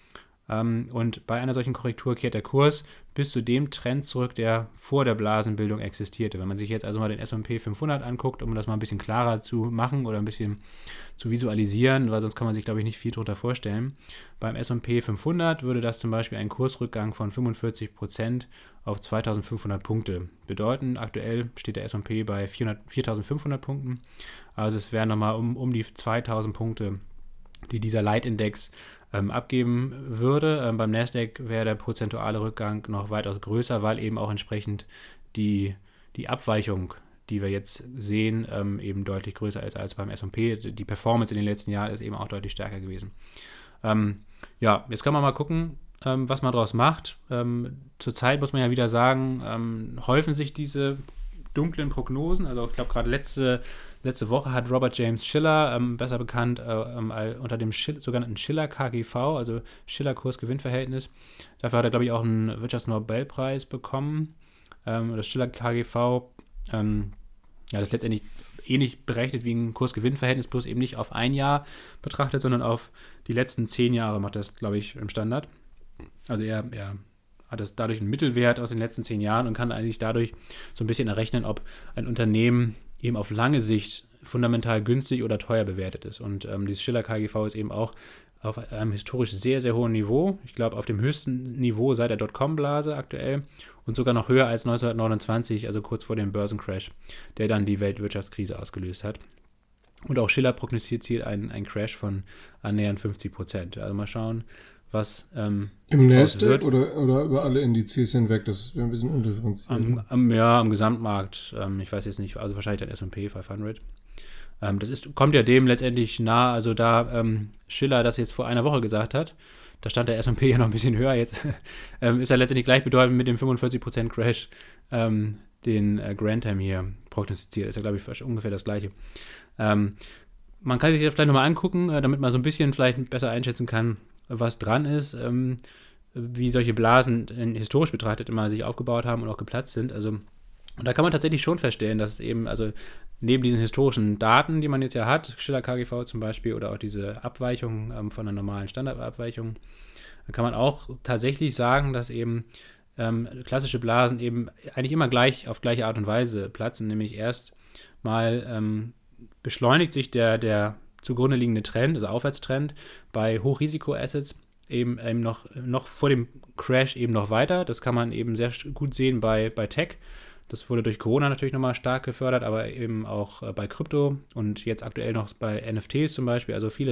Ähm, und bei einer solchen Korrektur kehrt der Kurs bis zu dem Trend zurück, der vor der Blasenbildung existierte. Wenn man sich jetzt also mal den S und P fünfhundert anguckt, um das mal ein bisschen klarer zu machen oder ein bisschen zu visualisieren, weil sonst kann man sich, glaube ich, nicht viel darunter vorstellen. Beim S und P fünfhundert würde das zum Beispiel einen Kursrückgang von fünfundvierzig Prozent auf zweitausendfünfhundert Punkte bedeuten. Aktuell steht der S und P bei viertausendfünfhundert Punkten. Also es wären nochmal um, um die zweitausend Punkte, die dieser Leitindex ähm, abgeben würde. Ähm, beim Nasdaq wäre der prozentuale Rückgang noch weitaus größer, weil eben auch entsprechend die, die Abweichung, die wir jetzt sehen, ähm, eben deutlich größer ist als beim S und P. Die Performance in den letzten Jahren ist eben auch deutlich stärker gewesen. Ähm, ja, jetzt kann man mal gucken, ähm, was man daraus macht. Ähm, zurzeit muss man ja wieder sagen, ähm, häufen sich diese dunklen Prognosen. Also ich glaube, gerade letzte, letzte Woche hat Robert James Shiller, ähm, besser bekannt äh, ähm, unter dem Schill, sogenannten Shiller-K G V, also Shiller-Kurs-Gewinn-Verhältnis. Dafür hat er, glaube ich, auch einen Wirtschaftsnobelpreis bekommen. Ähm, das Shiller-K G V, ähm, ja, das ist letztendlich ähnlich berechnet wie ein Kurs-Gewinn-Verhältnis, bloß eben nicht auf ein Jahr betrachtet, sondern auf die letzten zehn Jahre macht das, glaube ich, im Standard. Also er, er hat das dadurch einen Mittelwert aus den letzten zehn Jahren und kann eigentlich dadurch so ein bisschen errechnen, ob ein Unternehmen eben auf lange Sicht fundamental günstig oder teuer bewertet ist. Und ähm, dieses Shiller-K G V ist eben auch auf einem historisch sehr, sehr hohen Niveau. Ich glaube, auf dem höchsten Niveau seit der Dotcom-Blase aktuell und sogar noch höher als neunzehnhundertneunundzwanzig, also kurz vor dem Börsencrash, der dann die Weltwirtschaftskrise ausgelöst hat. Und auch Shiller prognostiziert einen, einen Crash von annähernd fünfzig Prozent. Also mal schauen, was ähm, im Nasdaq oder, oder über alle Indizes hinweg, das wäre ein bisschen undifferenziert. Am, am, ja, am Gesamtmarkt, ähm, ich weiß jetzt nicht, also wahrscheinlich der S und P fünfhundert. Ähm, das ist, kommt ja dem letztendlich nah, also da ähm, Shiller das jetzt vor einer Woche gesagt hat, da stand der S und P ja noch ein bisschen höher, jetzt ähm, ist er letztendlich gleichbedeutend mit dem fünfundvierzig Prozent Crash, ähm, den äh, Grantham hier prognostiziert, ist ja, glaube ich, ungefähr das Gleiche. Ähm, man kann sich das vielleicht nochmal angucken, äh, damit man so ein bisschen vielleicht besser einschätzen kann, was dran ist, ähm, wie solche Blasen in, historisch betrachtet immer sich aufgebaut haben und auch geplatzt sind. Also, und da kann man tatsächlich schon feststellen, dass es eben, also neben diesen historischen Daten, die man jetzt ja hat, Shiller-K G V zum Beispiel, oder auch diese Abweichung ähm, von einer normalen Standardabweichung, dann kann man auch tatsächlich sagen, dass eben ähm, klassische Blasen eben eigentlich immer gleich auf gleiche Art und Weise platzen, nämlich erst mal ähm, beschleunigt sich der, der zugrunde liegende Trend, also Aufwärtstrend, bei Hochrisiko-Assets eben, eben noch, noch vor dem Crash eben noch weiter. Das kann man eben sehr gut sehen bei, bei Tech. Das wurde durch Corona natürlich nochmal stark gefördert, aber eben auch äh, bei Krypto und jetzt aktuell noch bei N F Ts zum Beispiel. Also viele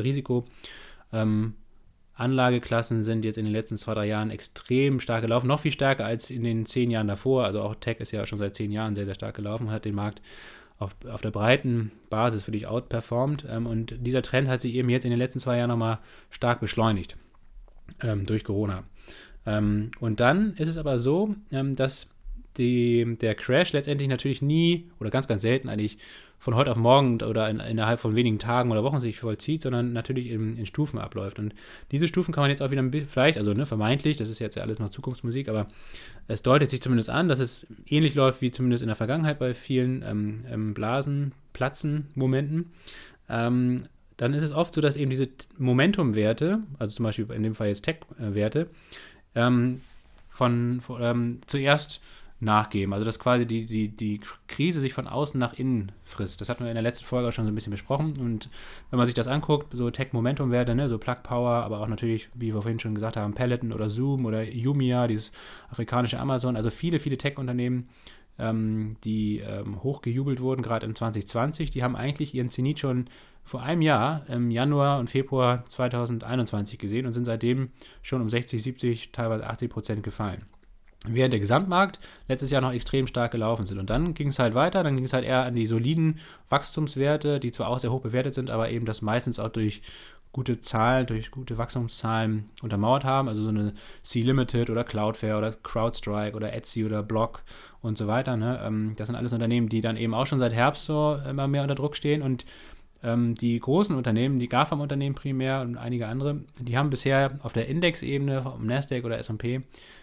Risiko-Anlageklassen ähm, sind jetzt in den letzten zwei, drei Jahren extrem stark gelaufen. Noch viel stärker als in den zehn Jahren davor. Also auch Tech ist ja schon seit zehn Jahren sehr, sehr stark gelaufen und hat den Markt Auf, auf der breiten Basis für dich outperformt. Ähm, und dieser Trend hat sich eben jetzt in den letzten zwei Jahren nochmal stark beschleunigt ähm, durch Corona. Ähm, und dann ist es aber so, ähm, dass die, der Crash letztendlich natürlich nie oder ganz, ganz selten eigentlich von heute auf morgen oder in, innerhalb von wenigen Tagen oder Wochen sich vollzieht, sondern natürlich in, in Stufen abläuft. Und diese Stufen kann man jetzt auch wieder ein bisschen, vielleicht, also ne, vermeintlich, das ist jetzt ja alles noch Zukunftsmusik, aber es deutet sich zumindest an, dass es ähnlich läuft wie zumindest in der Vergangenheit bei vielen ähm, ähm, Blasen, Platzen, Momenten. Ähm, dann ist es oft so, dass eben diese Momentumwerte, also zum Beispiel in dem Fall jetzt Tech-Werte, ähm, von, von ähm, zuerst nachgeben. Also dass quasi die, die, die Krise sich von außen nach innen frisst. Das hatten wir in der letzten Folge auch schon so ein bisschen besprochen. Und wenn man sich das anguckt, so Tech-Momentum-Werte, ne, so Plug Power, aber auch natürlich, wie wir vorhin schon gesagt haben, Peloton oder Zoom oder Jumia, dieses afrikanische Amazon, also viele, viele Tech-Unternehmen, ähm, die ähm, hochgejubelt wurden, gerade in zwanzig zwanzig, die haben eigentlich ihren Zenit schon vor einem Jahr, im Januar und Februar zweitausendeinundzwanzig gesehen und sind seitdem schon um sechzig, siebzig, teilweise achtzig Prozent gefallen. Während der Gesamtmarkt letztes Jahr noch extrem stark gelaufen sind. Und dann ging es halt weiter, dann ging es halt eher an die soliden Wachstumswerte, die zwar auch sehr hoch bewertet sind, aber eben das meistens auch durch gute Zahlen, durch gute Wachstumszahlen untermauert haben. Also so eine C-Limited oder Cloudflare oder CrowdStrike oder Etsy oder Block und so weiter. Ne? Das sind alles Unternehmen, die dann eben auch schon seit Herbst so immer mehr unter Druck stehen. Und ähm, die großen Unternehmen, die GAFAM-Unternehmen primär und einige andere, die haben bisher auf der Indexebene, vom Nasdaq oder S und P,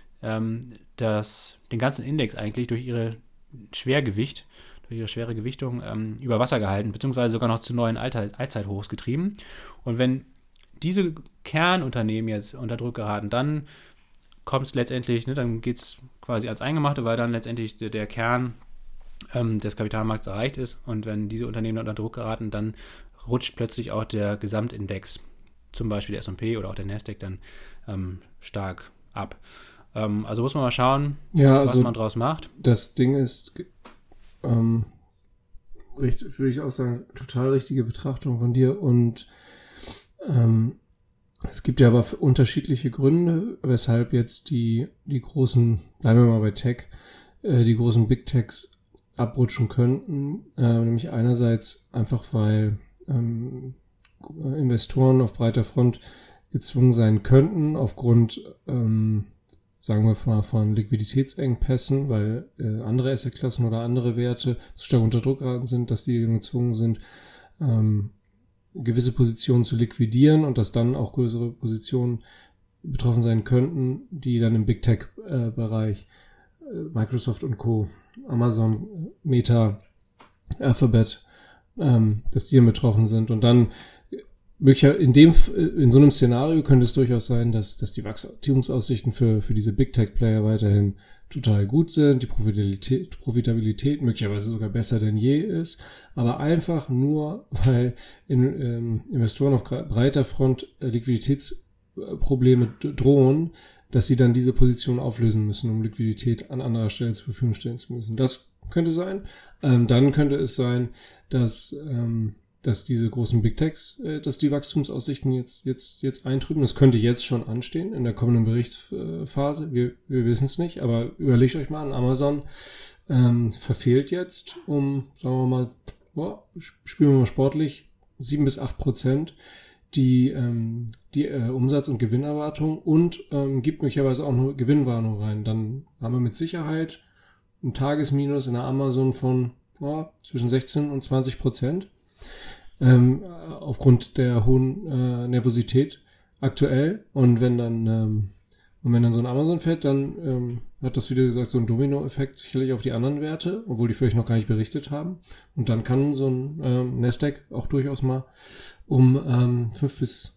Das, den ganzen Index eigentlich durch ihre Schwergewicht, durch ihre schwere Gewichtung ähm, über Wasser gehalten, beziehungsweise sogar noch zu neuen Alter, Allzeithochs getrieben. Und wenn diese Kernunternehmen jetzt unter Druck geraten, dann kommt es letztendlich, ne, dann geht es quasi ans Eingemachte, weil dann letztendlich der, der Kern ähm, des Kapitalmarkts erreicht ist. Und wenn diese Unternehmen unter Druck geraten, dann rutscht plötzlich auch der Gesamtindex, zum Beispiel der S und P oder auch der Nasdaq, dann ähm, stark ab. Ähm, also muss man mal schauen, ja, was also man draus macht. Das Ding ist, ähm, richtig, würde ich auch sagen, total richtige Betrachtung von dir. Und ähm, es gibt ja aber unterschiedliche Gründe, weshalb jetzt die, die großen, bleiben wir mal bei Tech, äh, die großen Big Techs abrutschen könnten. Äh, nämlich einerseits einfach, weil ähm, Investoren auf breiter Front gezwungen sein könnten, aufgrund, ähm, sagen wir mal, von Liquiditätsengpässen, weil äh, andere Assetklassen oder andere Werte so stark unter Druck geraten sind, dass sie gezwungen sind, ähm, gewisse Positionen zu liquidieren und dass dann auch größere Positionen betroffen sein könnten, die dann im Big Tech-Bereich äh, Microsoft und Co., Amazon, Meta, Alphabet, ähm, dass die dann betroffen sind. Und dann in dem, in so einem Szenario könnte es durchaus sein, dass, dass die Wachstumsaussichten für, für diese Big Tech Player weiterhin total gut sind, die Profitabilität, Profitabilität möglicherweise sogar besser denn je ist, aber einfach nur, weil in, ähm, Investoren auf breiter Front äh, Liquiditätsprobleme drohen, dass sie dann diese Position auflösen müssen, um Liquidität an anderer Stelle zur Verfügung stellen zu müssen. Das könnte sein. Ähm, dann könnte es sein, dass ähm, dass diese großen Big Techs, äh, dass die Wachstumsaussichten jetzt jetzt jetzt eintrüben. Das könnte jetzt schon anstehen in der kommenden Berichtsphase. Wir wir wissen es nicht, aber überlegt euch mal, Amazon ähm, verfehlt jetzt um, sagen wir mal, boah, spielen wir mal sportlich, sieben bis acht Prozent die ähm, die äh, Umsatz- und Gewinnerwartung und ähm, gibt möglicherweise auch nur Gewinnwarnung rein. Dann haben wir mit Sicherheit ein Tagesminus in der Amazon von boah, zwischen sechzehn und zwanzig Prozent. Ähm, aufgrund der hohen äh, Nervosität aktuell. Und wenn dann ähm, und wenn dann so ein Amazon fällt, dann ähm, hat das, wie du gesagt, so einen Domino-Effekt sicherlich auf die anderen Werte, obwohl die vielleicht noch gar nicht berichtet haben. Und dann kann so ein ähm, Nasdaq auch durchaus mal um ähm, fünf bis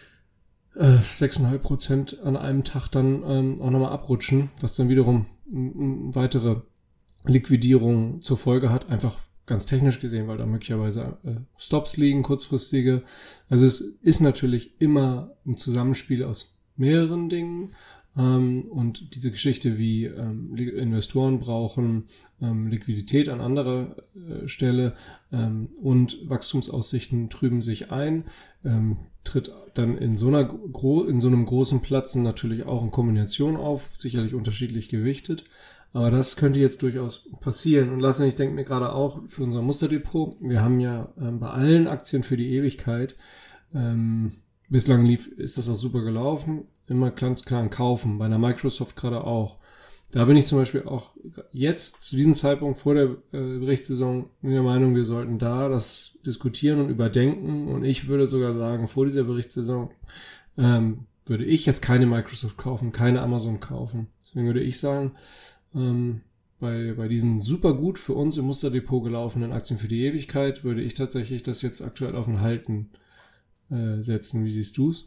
sechs Komma fünf Prozent an einem Tag dann ähm, auch nochmal abrutschen, was dann wiederum m- weitere Liquidierung zur Folge hat, einfach ganz technisch gesehen, weil da möglicherweise äh, Stops liegen, kurzfristige. Also es ist natürlich immer ein Zusammenspiel aus mehreren Dingen. Ähm, und diese Geschichte, wie ähm, Investoren brauchen ähm, Liquidität an anderer äh, Stelle ähm, und Wachstumsaussichten trüben sich ein, ähm, tritt dann in so einer gro- in so einem großen Platzen natürlich auch in Kombination auf, sicherlich unterschiedlich gewichtet. Aber das könnte jetzt durchaus passieren. Und Lasse, ich denke mir gerade auch für unser Musterdepot, wir haben ja ähm, bei allen Aktien für die Ewigkeit, ähm, bislang lief, ist das auch super gelaufen, immer ganz klar ein Kaufen, bei einer Microsoft gerade auch. Da bin ich zum Beispiel auch jetzt zu diesem Zeitpunkt vor der äh, Berichtssaison der Meinung, wir sollten da das diskutieren und überdenken. Und ich würde sogar sagen, vor dieser Berichtssaison ähm, würde ich jetzt keine Microsoft kaufen, keine Amazon kaufen. Deswegen würde ich sagen, Ähm, bei, bei diesen super gut für uns im Musterdepot gelaufenen Aktien für die Ewigkeit würde ich tatsächlich das jetzt aktuell auf ein Halten äh, setzen. Wie siehst du's?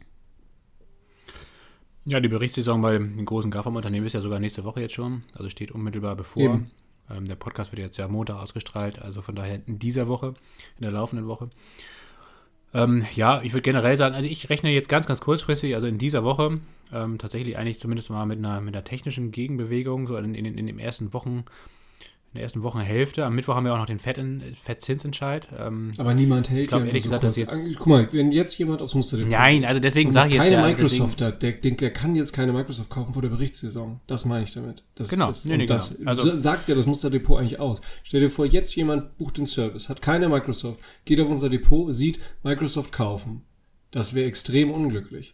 Ja, die Berichtssaison bei den großen GAFAM-Unternehmen ist ja sogar nächste Woche jetzt schon, also steht unmittelbar bevor. Ähm, der Podcast wird jetzt ja Montag ausgestrahlt, also von daher in dieser Woche, in der laufenden Woche. Ähm, ja, ich würde generell sagen, also ich rechne jetzt ganz, ganz kurzfristig, also in dieser Woche, ähm, tatsächlich eigentlich zumindest mal mit einer, mit einer technischen Gegenbewegung, so in, in, in den ersten Wochen, in der ersten Wochenhälfte. Am Mittwoch haben wir auch noch den Fed in, Fettzinsentscheid. Ähm, Aber niemand hält ich glaub, ja ehrlich so gesagt, kurz. dass jetzt, Guck mal, wenn jetzt jemand aufs Musterdepot nein, also deswegen sage ich jetzt keine ja, Microsoft deswegen, hat, der denkt, der kann jetzt keine Microsoft kaufen vor der Berichtssaison. Das meine ich damit. Das, Genau, das, nee, nee, und das genau. Also, sagt ja das Musterdepot eigentlich aus. Stell dir vor, jetzt jemand bucht den Service, hat keine Microsoft, geht auf unser Depot, sieht Microsoft kaufen. Das wäre extrem unglücklich.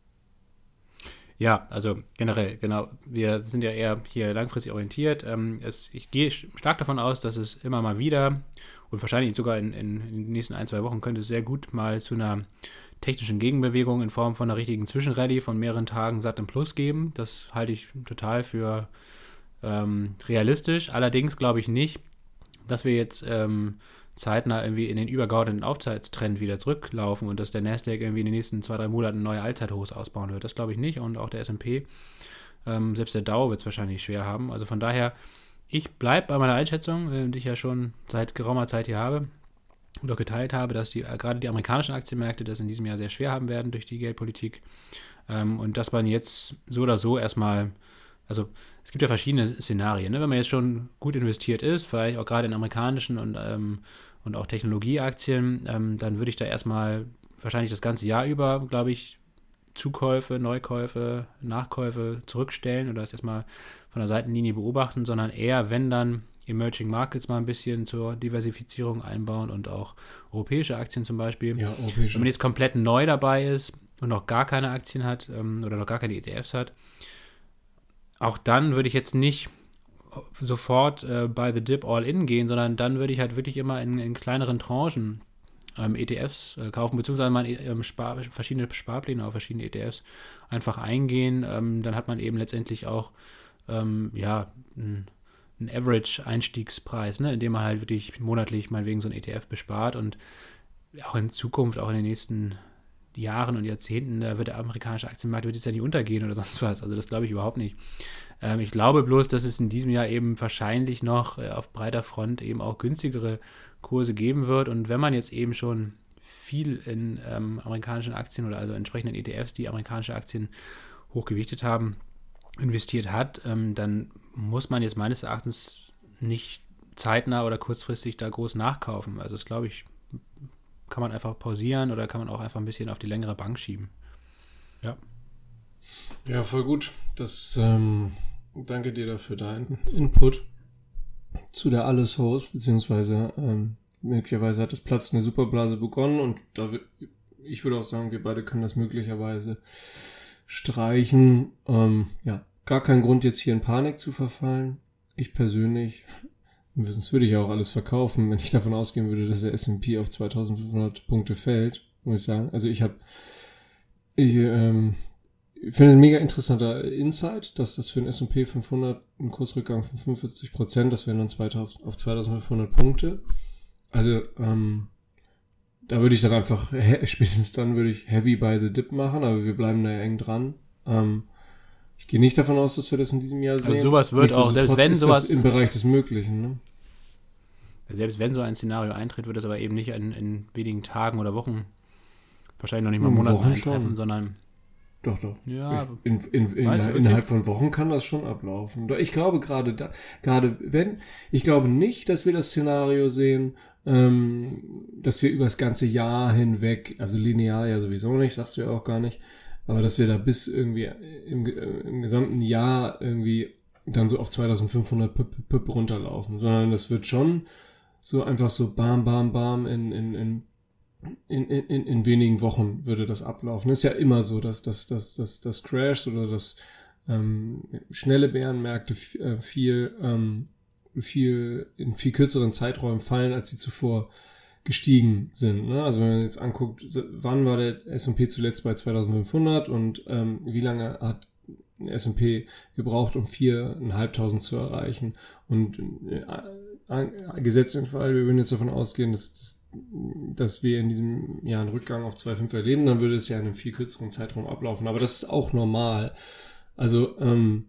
Ja, also generell, genau. Wir sind ja eher hier langfristig orientiert. Ähm, es, ich gehe stark davon aus, dass es immer mal wieder und wahrscheinlich sogar in, in, in den nächsten ein, zwei Wochen könnte es sehr gut mal zu einer technischen Gegenbewegung in Form von einer richtigen Zwischenrallye von mehreren Tagen satt im Plus geben. Das halte ich total für ähm, realistisch. Allerdings glaube ich nicht, dass wir jetzt ähm, zeitnah irgendwie in den übergeordneten Aufwärtstrend wieder zurücklaufen und dass der Nasdaq irgendwie in den nächsten zwei, drei Monaten neue Allzeithochs ausbauen wird. Das glaube ich nicht und auch der S und P. Ähm, selbst der Dow wird es wahrscheinlich schwer haben. Also von daher, ich bleibe bei meiner Einschätzung, äh, die ich ja schon seit geraumer Zeit hier habe und auch geteilt habe, dass die äh, gerade die amerikanischen Aktienmärkte das in diesem Jahr sehr schwer haben werden durch die Geldpolitik ähm, und dass man jetzt so oder so erstmal, also es gibt ja verschiedene Szenarien, ne? Wenn man jetzt schon gut investiert ist, vielleicht auch gerade in amerikanischen und, ähm, und auch Technologieaktien, ähm, dann würde ich da erstmal wahrscheinlich das ganze Jahr über, glaube ich, Zukäufe, Neukäufe, Nachkäufe zurückstellen oder das erstmal von der Seitenlinie beobachten, sondern eher, wenn dann Emerging Markets mal ein bisschen zur Diversifizierung einbauen und auch europäische Aktien zum Beispiel. Ja, europäische. Wenn man jetzt komplett neu dabei ist und noch gar keine Aktien hat ähm, oder noch gar keine E T Fs hat, auch dann würde ich jetzt nicht sofort äh, by the dip all in gehen, sondern dann würde ich halt wirklich immer in, in kleineren Tranchen ähm, E T Fs äh, kaufen, beziehungsweise mal ähm, Spar- verschiedene Sparpläne auf verschiedene E T Fs einfach eingehen. Ähm, dann hat man eben letztendlich auch ähm, ja, ein, ein Average-Einstiegspreis, ne, indem man halt wirklich monatlich meinetwegen so ein E T F bespart und auch in Zukunft, auch in den nächsten Jahren und Jahrzehnten, da wird der amerikanische Aktienmarkt wird jetzt ja nicht untergehen oder sonst was. Also das glaube ich überhaupt nicht. Ähm, ich glaube bloß, dass es in diesem Jahr eben wahrscheinlich noch äh, auf breiter Front eben auch günstigere Kurse geben wird. Und wenn man jetzt eben schon viel in ähm, amerikanischen Aktien oder also entsprechenden E T Fs, die amerikanische Aktien hochgewichtet haben, investiert hat, ähm, dann muss man jetzt meines Erachtens nicht zeitnah oder kurzfristig da groß nachkaufen. Also das glaube ich, kann man einfach pausieren oder kann man auch einfach ein bisschen auf die längere Bank schieben. Ja. Ja, voll gut. Das, ähm, danke dir dafür deinen Input zu der Alles-Host, beziehungsweise ähm, möglicherweise hat das Platz eine Superblase begonnen und da w- ich würde auch sagen, wir beide können das möglicherweise streichen. Ähm, ja, gar kein Grund jetzt hier in Panik zu verfallen. Ich persönlich, sonst würde ich ja auch alles verkaufen, wenn ich davon ausgehen würde, dass der S und P auf zweitausendfünfhundert Punkte fällt, muss ich sagen. Also ich habe, ich ähm, finde es ein mega interessanter Insight, dass das für den S und P fünfhundert ein Kursrückgang von fünfundvierzig Prozent, das wären dann zweitausend auf zweitausendfünfhundert Punkte. Also ähm, da würde ich dann einfach, he- spätestens dann würde ich Heavy by the Dip machen, aber wir bleiben da ja eng dran. Ähm, ich gehe nicht davon aus, dass wir das in diesem Jahr sehen. Also sowas wird auch, selbst wenn ist sowas das im Bereich des Möglichen, ne? Selbst wenn so ein Szenario eintritt, wird es aber eben nicht in, in wenigen Tagen oder Wochen, wahrscheinlich noch nicht mal In Monaten Wochen eintreffen, schon. sondern Doch, doch. ja, in, in, in, weißt du in, wirklich? innerhalb von Wochen kann das schon ablaufen. Ich glaube gerade, da, gerade wenn, ich glaube nicht, dass wir das Szenario sehen, ähm, dass wir über das ganze Jahr hinweg, also linear ja sowieso nicht, sagst du ja auch gar nicht, aber dass wir da bis irgendwie im, im gesamten Jahr irgendwie dann so auf zweitausendfünfhundert Pip, Pip, Pip runterlaufen, sondern das wird schon so einfach so bam, bam, bam in, in, in In, in, in wenigen Wochen würde das ablaufen. Es ist ja immer so, dass das dass, dass, dass Crashs oder dass ähm, schnelle Bärenmärkte f- äh, viel, ähm, viel in viel kürzeren Zeiträumen fallen, als sie zuvor gestiegen sind. Ne? Also wenn man jetzt anguckt, so, wann war der S und P zuletzt bei zweitausendfünfhundert und ähm, wie lange hat der S und P gebraucht, um viertausendfünfhundert zu erreichen. Und äh, gesetzt den Fall, wir würden jetzt davon ausgehen, dass, dass, dass wir in diesem Jahr einen Rückgang auf zwei Komma fünf erleben, dann würde es ja in einem viel kürzeren Zeitraum ablaufen. Aber das ist auch normal. Also, ähm,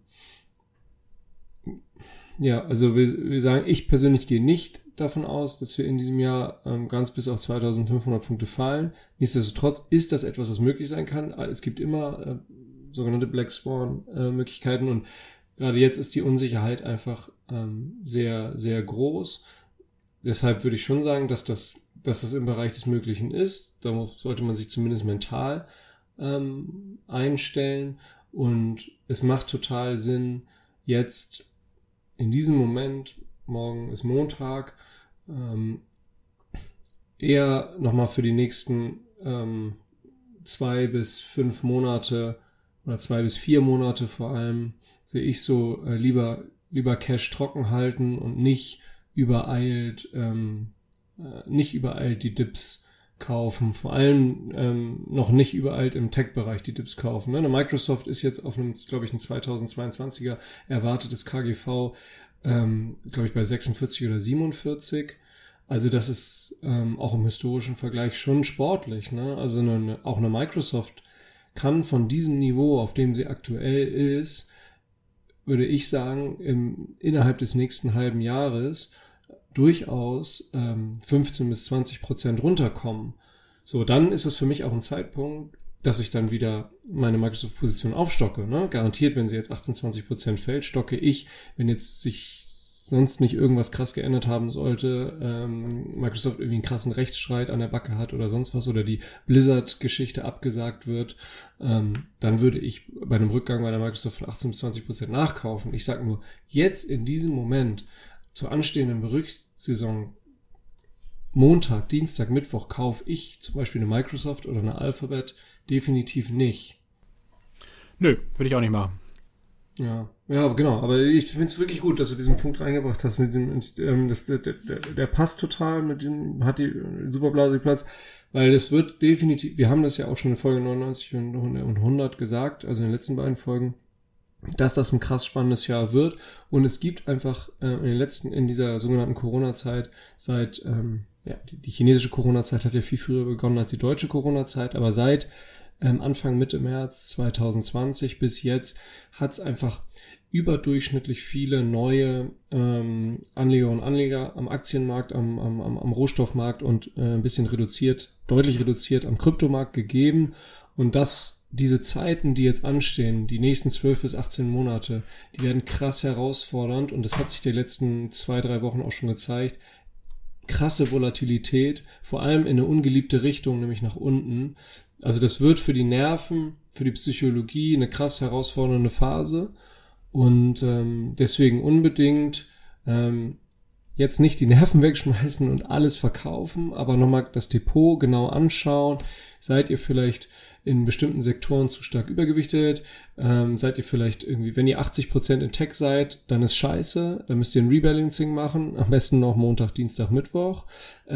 ja, also wir, wir sagen, ich persönlich gehe nicht davon aus, dass wir in diesem Jahr ähm, ganz bis auf zweitausendfünfhundert Punkte fallen. Nichtsdestotrotz ist das etwas, was möglich sein kann. Es gibt immer äh, sogenannte Black Swan äh, Möglichkeiten und gerade jetzt ist die Unsicherheit einfach ähm, sehr, sehr groß. Deshalb würde ich schon sagen, dass das, dass das im Bereich des Möglichen ist. Da muss, sollte man sich zumindest mental ähm, einstellen und es macht total Sinn, jetzt in diesem Moment, morgen ist Montag, ähm, eher nochmal für die nächsten ähm, zwei bis fünf Monate oder zwei bis vier Monate vor allem, sehe ich so, äh, lieber, lieber Cash trocken halten und nicht übereilt, ähm, äh, nicht übereilt die Dips kaufen. Vor allem ähm, noch nicht übereilt im Tech-Bereich die Dips kaufen. Ne? Eine Microsoft ist jetzt auf einem, glaube ich, ein zweitausendzweiundzwanziger erwartetes K G V ähm, glaube ich, bei sechsundvierzig oder siebenundvierzig. Also das ist ähm, auch im historischen Vergleich schon sportlich, ne? Also eine, auch eine Microsoft kann von diesem Niveau, auf dem sie aktuell ist, würde ich sagen, im, innerhalb des nächsten halben Jahres durchaus ähm, fünfzehn bis zwanzig Prozent runterkommen. So, dann ist es für mich auch ein Zeitpunkt, dass ich dann wieder meine Microsoft-Position aufstocke. Ne? Garantiert, wenn sie jetzt achtzehn, zwanzig Prozent fällt, stocke ich, wenn jetzt sich sonst nicht irgendwas krass geändert haben sollte, ähm, Microsoft irgendwie einen krassen Rechtsstreit an der Backe hat oder sonst was oder die Blizzard-Geschichte abgesagt wird, ähm, dann würde ich bei einem Rückgang bei der Microsoft von achtzehn bis zwanzig Prozent nachkaufen. Ich sage nur, jetzt in diesem Moment zur anstehenden Berichtssaison Montag, Dienstag, Mittwoch kaufe ich zum Beispiel eine Microsoft oder eine Alphabet definitiv nicht. Nö, würde ich auch nicht machen. Ja, ja, genau. Aber ich finde es wirklich gut, dass du diesen Punkt reingebracht hast. Mit dem, ähm, das, der, der, der passt total, mit dem hat die Superblase Platz, weil das wird definitiv, wir haben das ja auch schon in Folge neunundneunzig und hundert gesagt, also in den letzten beiden Folgen, dass das ein krass spannendes Jahr wird. Und es gibt einfach äh, in den letzten, in dieser sogenannten Corona-Zeit, seit, ähm, ja, die, die chinesische Corona-Zeit hat ja viel früher begonnen als die deutsche Corona-Zeit, aber seit ähm, Anfang Mitte März zwanzig zwanzig bis jetzt hat es einfach überdurchschnittlich viele neue ähm, Anleger und Anleger am Aktienmarkt, am, am, am Rohstoffmarkt und äh, ein bisschen reduziert, deutlich reduziert am Kryptomarkt gegeben. Und das, diese Zeiten, die jetzt anstehen, die nächsten zwölf bis achtzehn Monate, die werden krass herausfordernd und das hat sich die letzten zwei, drei Wochen auch schon gezeigt. Krasse Volatilität, vor allem in eine ungeliebte Richtung, nämlich nach unten. Also das wird für die Nerven, für die Psychologie eine krass herausfordernde Phase und ähm, deswegen unbedingt ähm, jetzt nicht die Nerven wegschmeißen und alles verkaufen, aber nochmal das Depot genau anschauen. Seid ihr vielleicht in bestimmten Sektoren zu stark übergewichtet? Ähm, seid ihr vielleicht irgendwie, wenn ihr achtzig Prozent in Tech seid, dann ist scheiße. Dann müsst ihr ein Rebalancing machen. Am besten noch Montag, Dienstag, Mittwoch.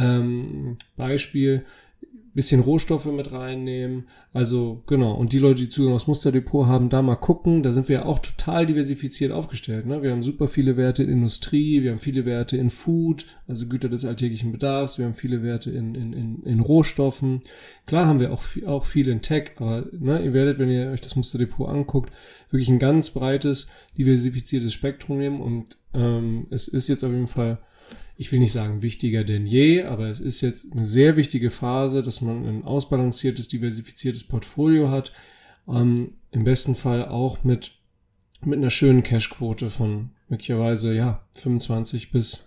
Ähm, Beispiel, bisschen Rohstoffe mit reinnehmen. Also genau. Und die Leute, die Zugang aufs Musterdepot haben, da mal gucken. Da sind wir ja auch total diversifiziert aufgestellt. Ne? Wir haben super viele Werte in Industrie, wir haben viele Werte in Food, also Güter des alltäglichen Bedarfs, wir haben viele Werte in, in, in, in Rohstoffen. Klar haben wir auch, auch viel in Tech, aber ne, ihr werdet, wenn ihr euch das Musterdepot anguckt, wirklich ein ganz breites, diversifiziertes Spektrum nehmen. Und ähm, es ist jetzt auf jeden Fall, ich will nicht sagen wichtiger denn je, aber es ist jetzt eine sehr wichtige Phase, dass man ein ausbalanciertes, diversifiziertes Portfolio hat. Ähm, im besten Fall auch mit, mit einer schönen Cashquote von möglicherweise, ja, fünfundzwanzig bis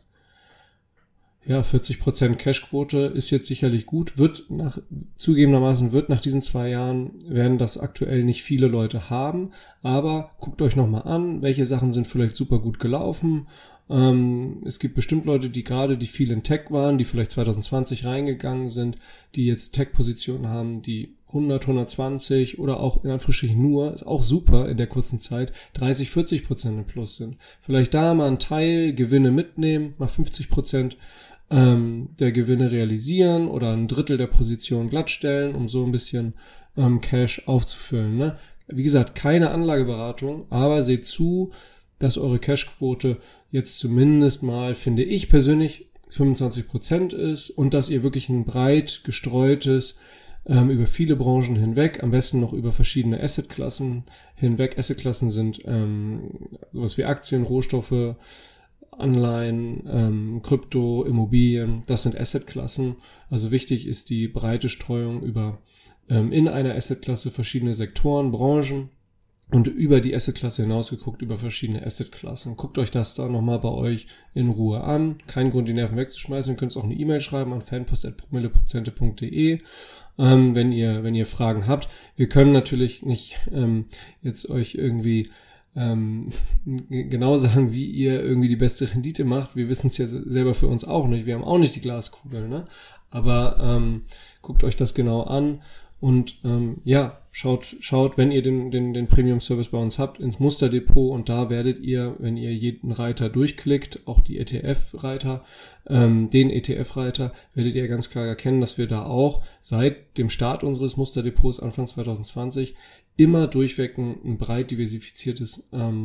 ja, vierzig Prozent Cashquote ist jetzt sicherlich gut. Wird nach, zugegebenermaßen wird nach diesen zwei Jahren, werden das aktuell nicht viele Leute haben. Aber guckt euch nochmal an, welche Sachen sind vielleicht super gut gelaufen. Ähm, es gibt bestimmt Leute, die gerade, die viel in Tech waren, die vielleicht zwanzig zwanzig reingegangen sind, die jetzt Tech-Positionen haben, die hundert, hundertzwanzig oder auch in Anführungsstrichen nur, ist auch super in der kurzen Zeit, dreißig, vierzig Prozent im Plus sind. Vielleicht da mal einen Teil Gewinne mitnehmen, mal fünfzig Prozent ähm, der Gewinne realisieren oder ein Drittel der Position glattstellen, um so ein bisschen ähm, Cash aufzufüllen. Ne? Wie gesagt, keine Anlageberatung, aber seht zu, dass eure Cashquote jetzt zumindest mal, finde ich persönlich, fünfundzwanzig Prozent ist und dass ihr wirklich ein breit gestreutes, ähm, über viele Branchen hinweg, am besten noch über verschiedene Assetklassen hinweg. Assetklassen sind ähm, sowas wie Aktien, Rohstoffe, Anleihen, ähm, Krypto, Immobilien, das sind Assetklassen. Also wichtig ist die breite Streuung über ähm, in einer Assetklasse verschiedene Sektoren, Branchen. Und über die Assetklasse hinaus geguckt, über verschiedene Assetklassen. Guckt euch das da nochmal bei euch in Ruhe an. Kein Grund, die Nerven wegzuschmeißen. Ihr könnt auch eine E-Mail schreiben an fanpost at promilleprozente punkt de, ähm, wenn ihr wenn ihr Fragen habt. Wir können natürlich nicht ähm, jetzt euch irgendwie ähm, genau sagen, wie ihr irgendwie die beste Rendite macht. Wir wissen es ja selber für uns auch nicht. Wir haben auch nicht die Glaskugel, ne? Aber ähm, guckt euch das genau an. Und ähm, ja, schaut, schaut, wenn ihr den, den, den Premium-Service bei uns habt, ins Musterdepot und da werdet ihr, wenn ihr jeden Reiter durchklickt, auch die E T F-Reiter, ähm, den E T F-Reiter, werdet ihr ganz klar erkennen, dass wir da auch seit dem Start unseres Musterdepots Anfang zwanzig zwanzig immer durchweg ein, ein breit diversifiziertes ähm,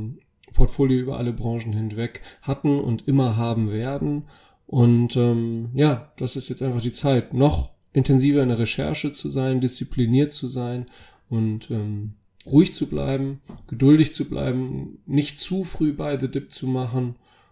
Portfolio über alle Branchen hinweg hatten und immer haben werden. Und ähm, ja, das ist jetzt einfach die Zeit, noch intensiver in der Recherche zu sein, diszipliniert zu sein und ähm, ruhig zu bleiben, geduldig zu bleiben, nicht zu früh bei The Dip zu machen.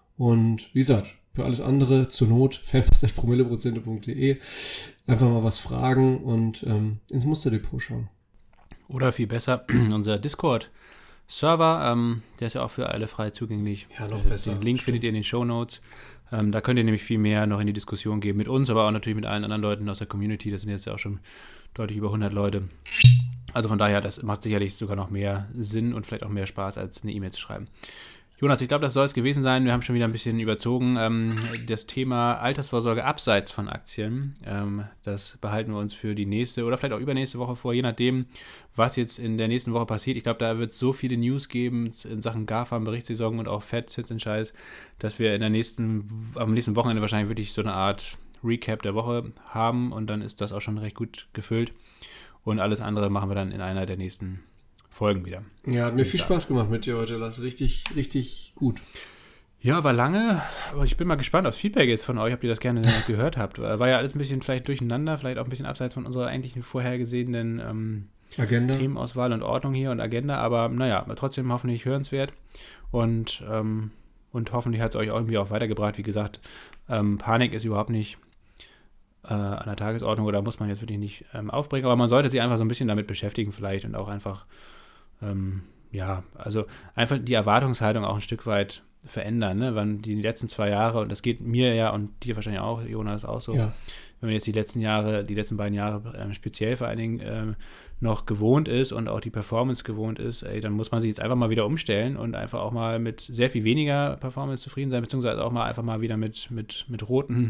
Und wie gesagt, für alles andere zur Not fanpost at promilleprozente punkt de einfach mal was fragen und ähm, ins Musterdepot schauen. Oder viel besser, unser Discord-Server, ähm, der ist ja auch für alle frei zugänglich. Ja, noch besser. Den Link Stimmt. findet ihr in den Shownotes. Ähm, da könnt ihr nämlich viel mehr noch in die Diskussion geben mit uns, aber auch natürlich mit allen anderen Leuten aus der Community. Das sind jetzt ja auch schon deutlich über hundert Leute. Also von daher, das macht sicherlich sogar noch mehr Sinn und vielleicht auch mehr Spaß, als eine E-Mail zu schreiben. Jonas, ich glaube, das soll es gewesen sein. Wir haben schon wieder ein bisschen überzogen. Ähm, das Thema Altersvorsorge abseits von Aktien, ähm, das behalten wir uns für die nächste oder vielleicht auch übernächste Woche vor, je nachdem, was jetzt in der nächsten Woche passiert. Ich glaube, da wird es so viele News geben in Sachen GAFAM-Berichtssaison und auch Fed-Zinsentscheid, dass wir in der nächsten, am nächsten Wochenende wahrscheinlich wirklich so eine Art Recap der Woche haben und dann ist das auch schon recht gut gefüllt. Und alles andere machen wir dann in einer der nächsten Folgen wieder. Ja, hat mir viel Spaß gemacht mit dir heute, Lass. Richtig, richtig gut. Ja, war lange, aber ich bin mal gespannt aufs Feedback jetzt von euch, ob ihr das gerne gehört habt. War ja alles ein bisschen vielleicht durcheinander, vielleicht auch ein bisschen abseits von unserer eigentlichen vorhergesehenen ähm, Agenda. Themenauswahl und Ordnung hier und Agenda, aber naja, trotzdem hoffentlich hörenswert und, ähm, und hoffentlich hat es euch irgendwie auch weitergebracht. Wie gesagt, ähm, Panik ist überhaupt nicht äh, an der Tagesordnung oder muss man jetzt wirklich nicht ähm, aufbringen, aber man sollte sich einfach so ein bisschen damit beschäftigen vielleicht und auch einfach Ähm, ja, also einfach die Erwartungshaltung auch ein Stück weit verändern, ne? Wann die letzten zwei Jahre, und das geht mir ja und dir wahrscheinlich auch, Jonas, auch so, Ja. wenn man jetzt die letzten Jahre, die letzten beiden Jahre ähm, speziell vor allen Dingen ähm, noch gewohnt ist und auch die Performance gewohnt ist, ey, dann muss man sich jetzt einfach mal wieder umstellen und einfach auch mal mit sehr viel weniger Performance zufrieden sein, beziehungsweise auch mal einfach mal wieder mit, mit, mit roten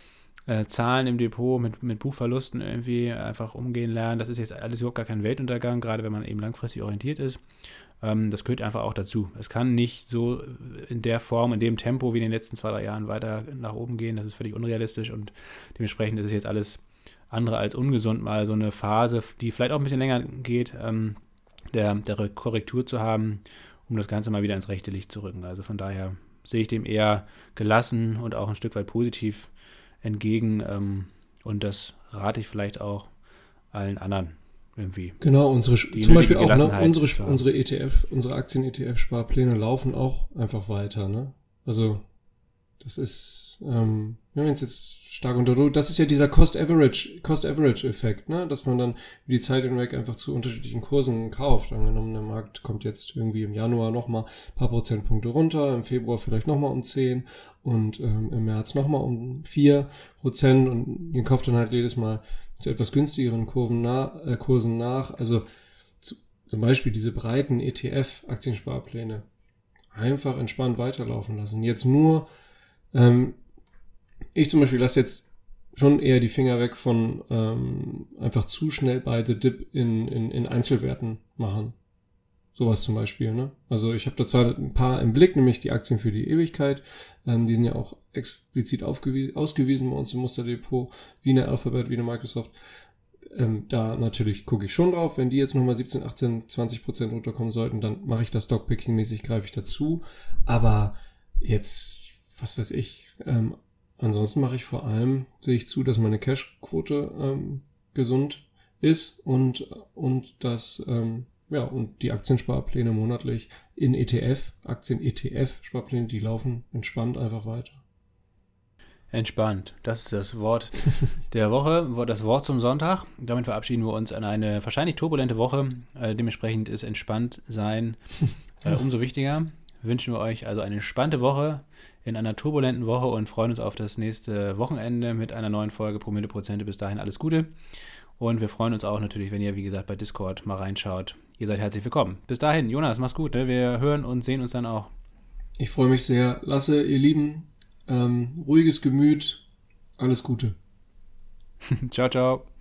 Äh, Zahlen im Depot, mit, mit Buchverlusten irgendwie einfach umgehen lernen. Das ist jetzt alles überhaupt gar kein Weltuntergang, gerade wenn man eben langfristig orientiert ist. Ähm, das gehört einfach auch dazu. Es kann nicht so in der Form, in dem Tempo wie in den letzten zwei, drei Jahren weiter nach oben gehen. Das ist völlig unrealistisch und dementsprechend ist es jetzt alles andere als ungesund, mal so eine Phase, die vielleicht auch ein bisschen länger geht, ähm, der, der Korrektur zu haben, um das Ganze mal wieder ins rechte Licht zu rücken. Also von daher sehe ich dem eher gelassen und auch ein Stück weit positiv entgegen ähm, und das rate ich vielleicht auch allen anderen irgendwie. Genau, unsere zum Beispiel auch ne, unsere, unsere E T F, unsere Aktien-E T F-Sparpläne laufen auch einfach weiter. Ne? Also das ist, ähm, wenn man es jetzt stark unterdrückt, das ist ja dieser Cost-Average, Cost-Average-Effekt, ne? Dass man dann über die Zeit hinweg einfach zu unterschiedlichen Kursen kauft. Angenommen, der Markt kommt jetzt irgendwie im Januar nochmal ein paar Prozentpunkte runter, im Februar vielleicht nochmal um zehn und ähm, im März nochmal um vier Prozent und ihr kauft dann halt jedes Mal zu etwas günstigeren Kurven nah, äh, Kursen nach. Also zu, zum Beispiel diese breiten E T F-Aktiensparpläne einfach entspannt weiterlaufen lassen. Jetzt nur ähm, ich zum Beispiel lasse jetzt schon eher die Finger weg von ähm, einfach zu schnell bei The Dip in, in, in Einzelwerten machen. Sowas zum Beispiel, ne? Also ich habe da zwar ein paar im Blick, nämlich die Aktien für die Ewigkeit. Ähm, die sind ja auch explizit aufgewies- ausgewiesen bei uns im Musterdepot, wie eine Alphabet, wie eine Microsoft. Ähm, da natürlich gucke ich schon drauf. Wenn die jetzt nochmal siebzehn, achtzehn, zwanzig Prozent runterkommen sollten, dann mache ich das Stockpicking-mäßig, greife ich dazu. Aber jetzt, was weiß ich, ähm, ansonsten mache ich vor allem, sehe ich zu, dass meine Cash-Quote ähm, gesund ist und, und das, ähm, ja, und die Aktiensparpläne monatlich in E T F, Aktien-E T F-Sparpläne, die laufen entspannt einfach weiter. Entspannt, das ist das Wort der Woche, das Wort zum Sonntag. Damit verabschieden wir uns an eine wahrscheinlich turbulente Woche. Äh, dementsprechend ist entspannt sein äh, umso wichtiger. Wünschen wir euch also eine entspannte Woche in einer turbulenten Woche und freuen uns auf das nächste Wochenende mit einer neuen Folge Promille Prozente. Bis dahin alles Gute. Und wir freuen uns auch natürlich, wenn ihr, wie gesagt, bei Discord mal reinschaut. Ihr seid herzlich willkommen. Bis dahin, Jonas, mach's gut. Ne? Wir hören und sehen uns dann auch. Ich freue mich sehr. Lasse, ihr Lieben, ähm, ruhiges Gemüt. Alles Gute. Ciao, ciao.